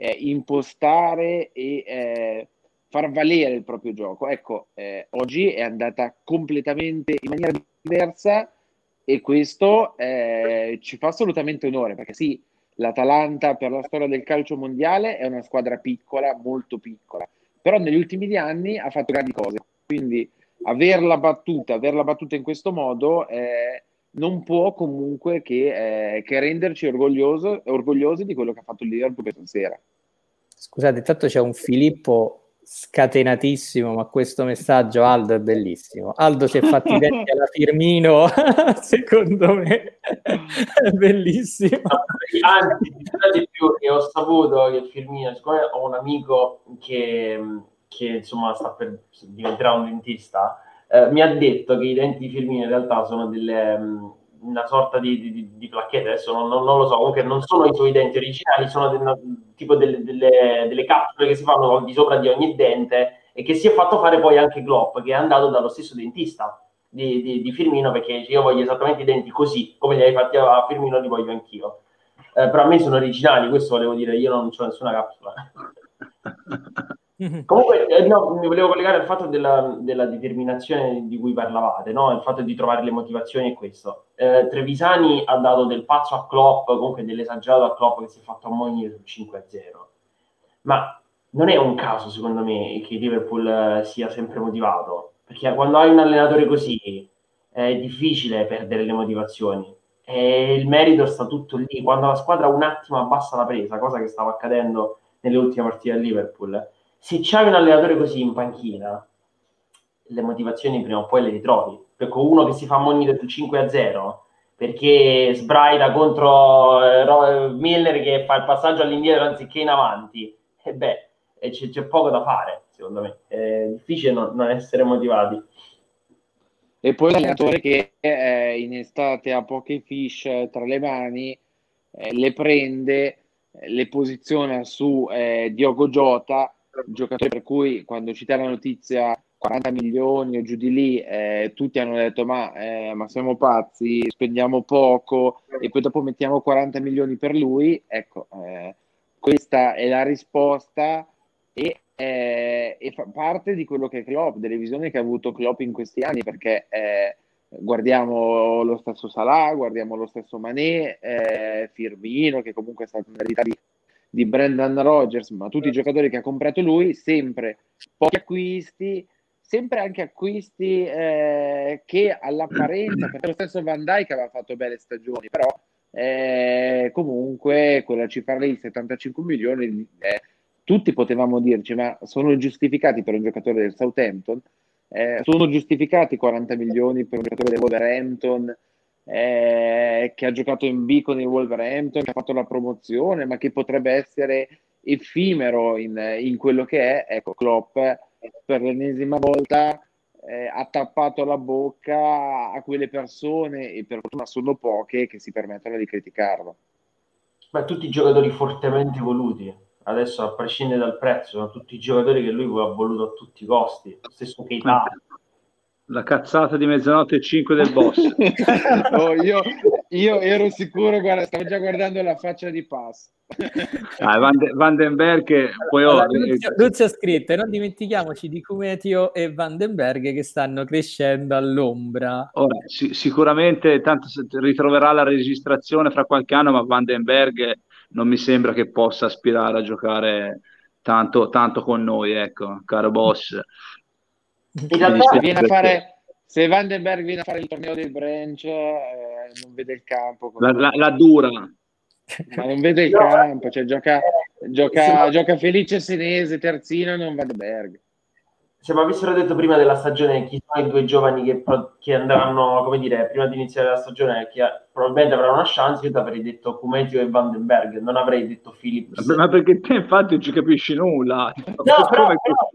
impostare e far valere il proprio gioco. Ecco, oggi è andata completamente in maniera diversa, e questo ci fa assolutamente onore, perché sì, l'Atalanta per la storia del calcio mondiale è una squadra piccola, molto piccola, però negli ultimi anni ha fatto grandi cose, quindi averla battuta in questo modo non può comunque che renderci orgogliosi di quello che ha fatto il Liverpool questa sera. Scusate, intanto c'è un Filippo scatenatissimo, ma questo messaggio, Aldo, è bellissimo. Aldo si è fatti i denti alla Firmino, secondo me è bellissimo. Anzi, di più, che ho saputo che Firmino, siccome ho un amico che insomma diventerà un dentista, mi ha detto che i denti di Firmino in realtà sono una sorta di placchette, adesso non lo so, comunque non sono i suoi denti originali, sono tipo delle capsule che si fanno di sopra di ogni dente, e che si è fatto fare poi anche Klopp, che è andato dallo stesso dentista di Firmino, perché io voglio esattamente i denti così, come li hai fatti a Firmino li voglio anch'io. Però a me sono originali, questo volevo dire, io non ho nessuna capsula. Comunque no, mi volevo collegare al fatto della determinazione di cui parlavate, no? Il fatto di trovare le motivazioni è questo. Trevisani ha dato del pazzo a Klopp, comunque dell'esagerato a Klopp, che si è fatto ammonire sul 5-0, ma non è un caso secondo me che il Liverpool sia sempre motivato, perché quando hai un allenatore così è difficile perdere le motivazioni, e il merito sta tutto lì. Quando la squadra un attimo abbassa la presa, cosa che stava accadendo nelle ultime partite del Liverpool, se c'hai un allenatore così in panchina, le motivazioni prima o poi le ritrovi. Perché uno che si fa ammonire sul 5-0 perché sbraita contro Milner che fa il passaggio all'indietro anziché in avanti, c'è poco da fare, secondo me. È difficile non essere motivati. E poi l'allenatore che in estate ha poche fish tra le mani, le prende, le posiziona su Diogo Jota, giocatore per cui quando ci dà la notizia 40 milioni o giù di lì, tutti hanno detto ma siamo pazzi, spendiamo poco e poi dopo mettiamo 40 milioni per lui. Ecco, questa è la risposta e fa parte di quello che è Klopp, delle visioni che ha avuto Klopp in questi anni, perché guardiamo lo stesso Salah, guardiamo lo stesso Mané, Firmino, che comunque è stata un'eredità di Brendan Rodgers, ma tutti i giocatori che ha comprato lui, sempre pochi acquisti, sempre anche acquisti che all'apparenza, perché lo stesso Van Dijk aveva fatto belle stagioni, però comunque quella cifra lì, 75 milioni, tutti potevamo dirci, ma sono giustificati per un giocatore del Southampton? Sono giustificati 40 milioni per un giocatore del Wolverhampton che ha giocato in B con il Wolverhampton, che ha fatto la promozione, ma che potrebbe essere effimero in quello che è? Ecco, Klopp per l'ennesima volta ha tappato la bocca a quelle persone, e per fortuna sono poche, che si permettono di criticarlo. Ma tutti i giocatori fortemente voluti. Adesso, a prescindere dal prezzo, sono tutti i giocatori che lui ha voluto a tutti i costi. Lo stesso Keita. La cazzata di mezzanotte e 5 del boss. io ero sicuro, guarda, stavo già guardando la faccia di Pass. Vandenberg, poi Luzio ha scritto, e non dimentichiamoci di Cumetio e Vandenberg che stanno crescendo all'ombra. Ora, sicuramente tanto ritroverà la registrazione fra qualche anno, ma Vandenberg non mi sembra che possa aspirare a giocare tanto con noi, ecco, caro boss. In realtà viene a fare Se Vandenberg viene a fare il torneo del Branch, non vede il campo. La dura. Ma non vede il campo, cioè gioca Felice Senese, terzino e non Vandenberg. Se mi avessero detto prima della stagione chi sono i due giovani che andranno, come dire, prima di iniziare la stagione, che probabilmente avranno una chance, io ti avrei detto Cumetio e Vandenberg, non avrei detto Phillips. Ma perché te infatti non ci capisci nulla. No, però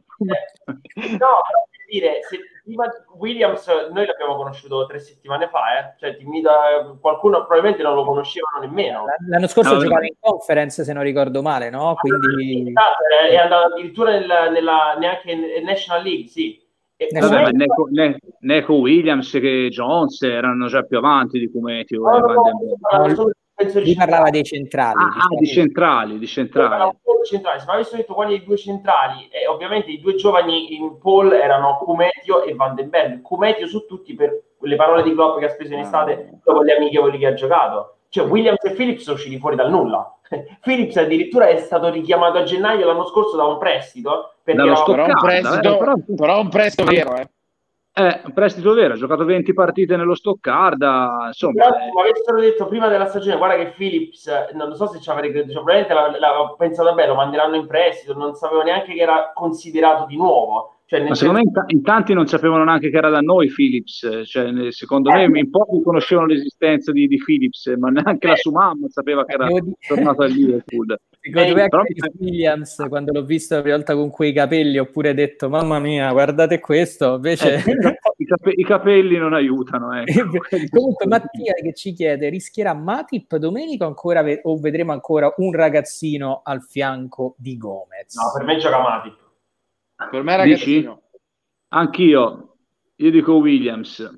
per dire, se prima Williams noi l'abbiamo conosciuto 3 settimane fa, cioè qualcuno probabilmente non lo conoscevano nemmeno. L'anno scorso giocava in conference, se non ricordo male, no? Quindi è andato addirittura neanche in National League, sì. Vabbè, Neco Williams e Jones erano già più avanti di Cumetio e Vandenberg. Lui parlava dei centrali. Di centrali. Se mi avessero detto quali dei due centrali, ovviamente i due giovani in Paul erano Cumetio e Vandenberg. Cumetio su tutti per le parole di Klopp che ha speso in estate dopo gli amichevoli che ha giocato. Cioè Williams e Phillips sono usciti fuori dal nulla. Phillips addirittura è stato richiamato a gennaio l'anno scorso da un prestito. Però un prestito vero, un prestito vero, ha giocato 20 partite nello Stoccarda, insomma. Però, mi avessero detto prima della stagione, guarda che Phillips, non so se ci avrei creduto, probabilmente l'avevo pensato bene, lo manderanno in prestito, non sapevo neanche che era considerato di nuovo. Cioè, ma secondo me in tanti non sapevano neanche che era da noi Phillips, cioè, secondo me in pochi conoscevano l'esistenza di Phillips, ma neanche la sua mamma sapeva che era tornato a Liverpool. Secondo me anche Williams, quando l'ho visto la prima volta con quei capelli, ho pure detto mamma mia, guardate questo, invece i capelli non aiutano. Comunque Mattia che ci chiede, rischierà Matip domenica ancora o vedremo ancora un ragazzino al fianco di Gomez? No, per me gioca Matip. Per me ragazzino. Anch'io, io dico Williams.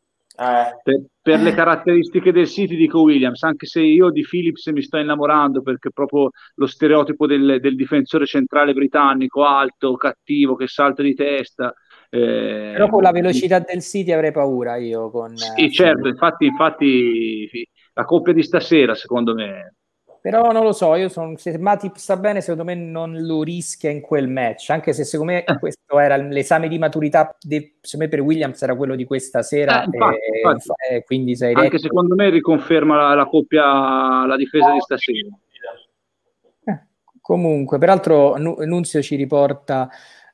Per le caratteristiche del City dico Williams, anche se io di Phillips mi sto innamorando perché proprio lo stereotipo del difensore centrale britannico, alto, cattivo, che salta di testa. Però con la velocità del City avrei paura io. Sì, certo, infatti la coppia di stasera secondo me. Però non lo so, se Matip sta bene, secondo me non lo rischia in quel match, anche se secondo me questo era l'esame di maturità, secondo me per Williams era quello di questa sera, infatti. Quindi sei anche secondo me riconferma la coppia, la difesa di stasera. Comunque, peraltro Nunzio ci riporta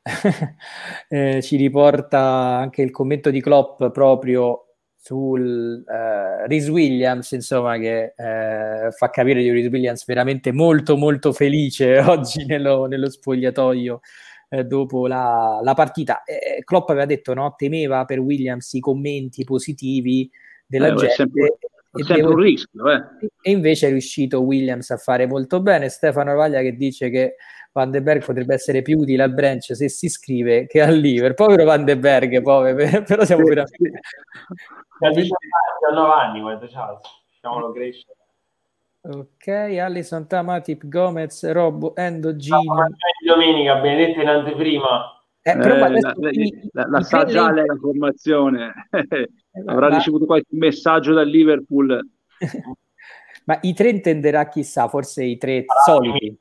anche il commento di Klopp proprio sul Rhys Williams, insomma, che fa capire di Rhys Williams veramente molto molto felice oggi nello spogliatoio dopo la partita. Klopp aveva detto, no, temeva per Williams i commenti positivi della gente. È sempre un rischio, E invece è riuscito Williams a fare molto bene. Stefano Vaglia che dice che Van de Berg potrebbe essere più utile al Branch se si iscrive che al Liver. Povero Van de Berg, però siamo veramente... Ha 19 anni quando facciamolo crescere. Ok, Alisson, Matip, Gomez, Robbo, Endo, Gini. Domenica, benedetta in anteprima. Però la sa già la formazione. Avrà ricevuto qualche messaggio dal Liverpool. Ma i tre intenderà chissà, forse i tre soliti.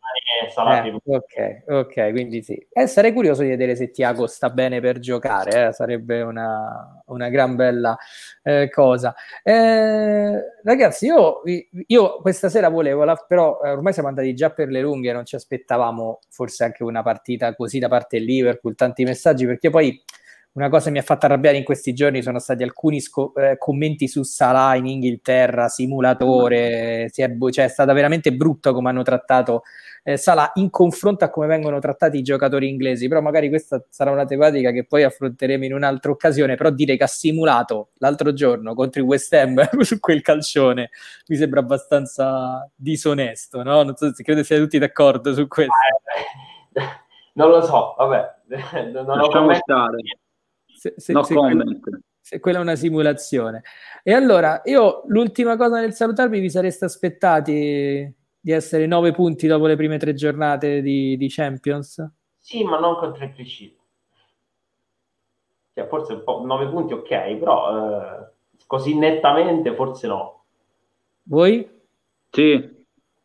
Ok, quindi sì. Sarei curioso di vedere se Thiago sta bene per giocare, sarebbe una gran bella cosa. Ragazzi, io questa sera volevo, però ormai siamo andati già per le lunghe, non ci aspettavamo forse anche una partita così da parte del Liverpool, tanti messaggi, perché poi una cosa che mi ha fatto arrabbiare in questi giorni sono stati alcuni commenti su Salah in Inghilterra, simulatore, cioè è stata veramente brutta come hanno trattato Salah in confronto a come vengono trattati i giocatori inglesi, però magari questa sarà una tematica che poi affronteremo in un'altra occasione, però dire che ha simulato l'altro giorno contro il West Ham su quel calcione mi sembra abbastanza disonesto, no? Non so se credo siate tutti d'accordo su questo. Non lo so, vabbè. Lasciamo stare. Se quella è una simulazione. E allora, io l'ultima cosa nel salutarvi, vi sareste aspettati di essere 9 punti dopo le prime 3 giornate di Champions? Sì, ma non con 3 clean. Cioè, forse un po' 9 punti ok, però così nettamente forse no. Voi? Sì.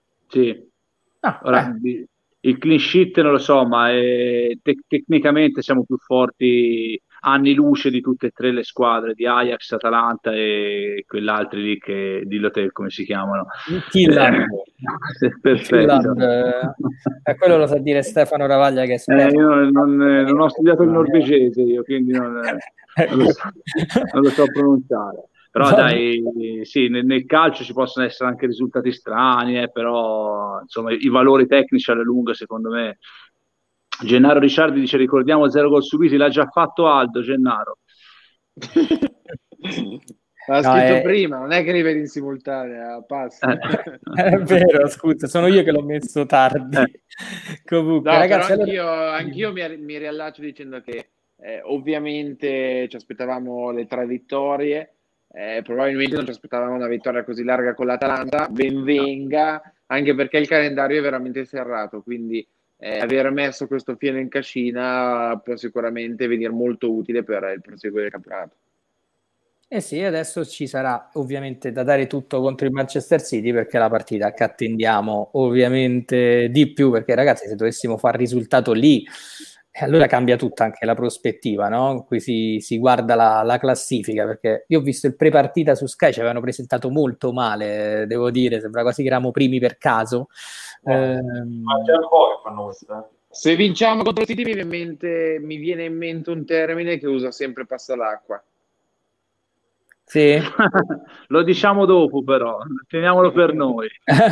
Ora, il clean sheet non lo so, ma tecnicamente siamo più forti. anni luce di tutte e tre le squadre, di Ajax, Atalanta e quell'altri lì che dillo te come si chiamano. Midtjylland. Perfetto. Quello lo sa dire Stefano Ravaglia, che è esperto. Io non ho studiato il norvegese io, quindi non lo so pronunciare. Però dai, sì, nel calcio ci possono essere anche risultati strani, però insomma i valori tecnici alla lunga, secondo me. Gennaro Ricciardi dice: ricordiamo 0 gol subiti, l'ha già fatto Aldo. Gennaro l'ha scritto prima, non è che li vedi in simultanea, passa. È vero, scusa, sono io che l'ho messo tardi. Comunque, no, ragazzi, anch'io mi riallaccio dicendo che ovviamente ci aspettavamo le 3 vittorie, probabilmente non ci aspettavamo una vittoria così larga con l'Atalanta, ben venga, anche perché il calendario è veramente serrato, quindi aver messo questo fieno in cascina può sicuramente venire molto utile per il proseguo del campionato. Eh sì, adesso ci sarà ovviamente da dare tutto contro il Manchester City, perché è la partita che attendiamo ovviamente di più, perché ragazzi, se dovessimo fare risultato lì, allora cambia tutta anche la prospettiva, no? Qui si guarda la classifica, perché io ho visto il pre-partita su Sky, ci avevano presentato molto male, devo dire, sembra quasi che eravamo primi per caso. Ma c'è un po' che fanno questo. Se vinciamo contro il City mi viene in mente un termine che usa sempre passa l'acqua. Sì. Lo diciamo dopo, però teniamolo per noi.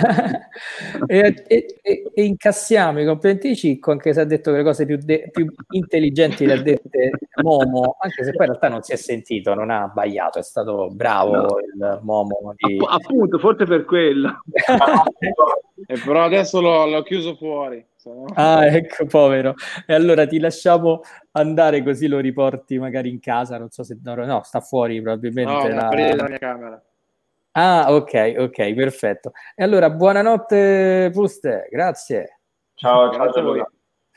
e incassiamo i complimenti di Cicco, anche se ha detto che le cose più intelligenti le ha dette Momo, anche se poi in realtà non si è sentito, non ha abbaiato, è stato bravo, no. Il Momo appunto, forse per quello. Però adesso l'ho chiuso fuori. Ah, ecco, povero. E allora ti lasciamo andare, così lo riporti magari in casa, non so se... No, sta fuori probabilmente. No, fuori dalla mia camera. Ah, ok, perfetto. E allora, buonanotte Puste, grazie. Ciao, grazie a voi.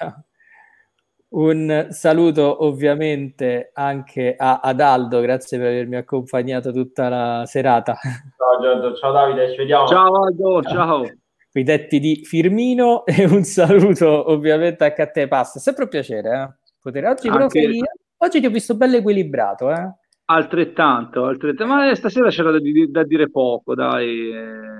Un saluto ovviamente anche ad Aldo, grazie per avermi accompagnato tutta la serata. Ciao Giorgio, ciao Davide, ci vediamo. Ciao Aldo, ciao. I detti di Firmino, e un saluto ovviamente anche a te, Pasta. È sempre un piacere potere. Oggi ti ho visto bello equilibrato. Altrettanto, ma stasera c'era da dire poco, dai.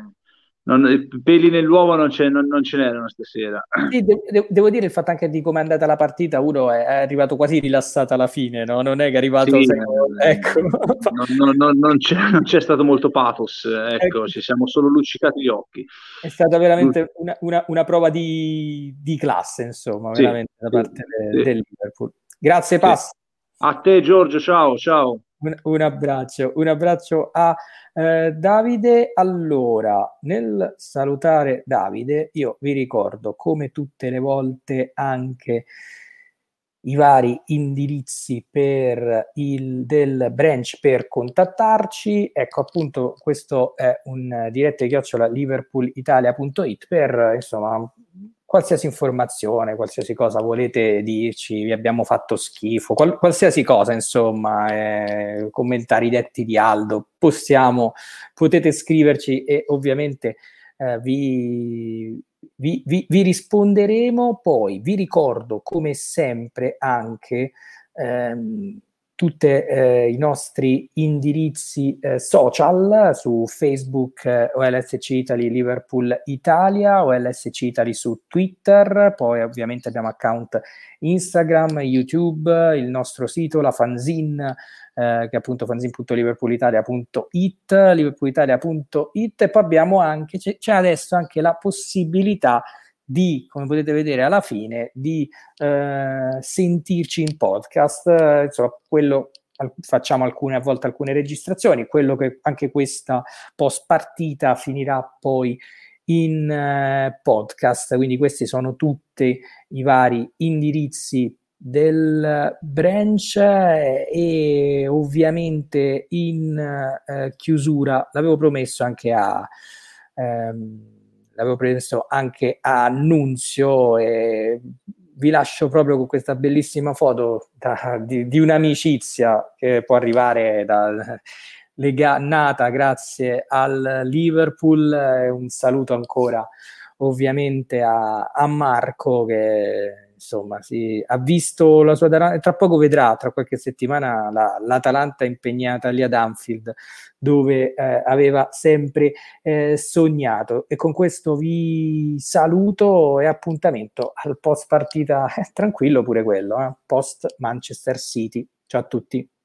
Peli nell'uovo non ce n'erano stasera. Sì, devo dire il fatto anche di come è andata la partita, uno è arrivato quasi rilassato alla fine, no? Non è che è arrivato... Sì, ecco. non c'è stato molto pathos, ecco, ci siamo solo luccicati gli occhi. È stata veramente una prova di classe, insomma, veramente, da parte del Liverpool. Grazie, Pass. A te, Giorgio, ciao. Un abbraccio a Davide. Allora, nel salutare Davide, io vi ricordo come tutte le volte anche i vari indirizzi del branch per contattarci. Ecco, appunto, questo è un dirette@liverpoolitalia.it per, insomma, qualsiasi informazione, qualsiasi cosa volete dirci, vi abbiamo fatto schifo, qualsiasi cosa, insomma, commentari detti di Aldo, potete scriverci e ovviamente vi risponderemo. Poi vi ricordo come sempre anche tutti i nostri indirizzi social su Facebook, OLSC Italy Liverpool Italia, OLSC Italy su Twitter, poi ovviamente abbiamo account Instagram, YouTube, il nostro sito, la fanzine, che è appunto fanzine.liverpoolitalia.it, liverpoolitalia.it, e poi abbiamo anche, c'è adesso anche la possibilità di, come potete vedere alla fine, di sentirci in podcast, insomma, quello facciamo a volte alcune registrazioni, quello che anche questa post partita finirà poi in podcast, quindi questi sono tutti i vari indirizzi del branch, e ovviamente in chiusura l'avevo promesso anche a Annunzio, e vi lascio proprio con questa bellissima foto di un'amicizia che può arrivare nata grazie al Liverpool. Un saluto ancora ovviamente a Marco, che insomma, ha visto la sua Atalanta, tra poco vedrà, tra qualche settimana, l'Atalanta impegnata lì ad Anfield, dove aveva sempre sognato. E con questo vi saluto e appuntamento al post partita, tranquillo pure quello, post Manchester City. Ciao a tutti.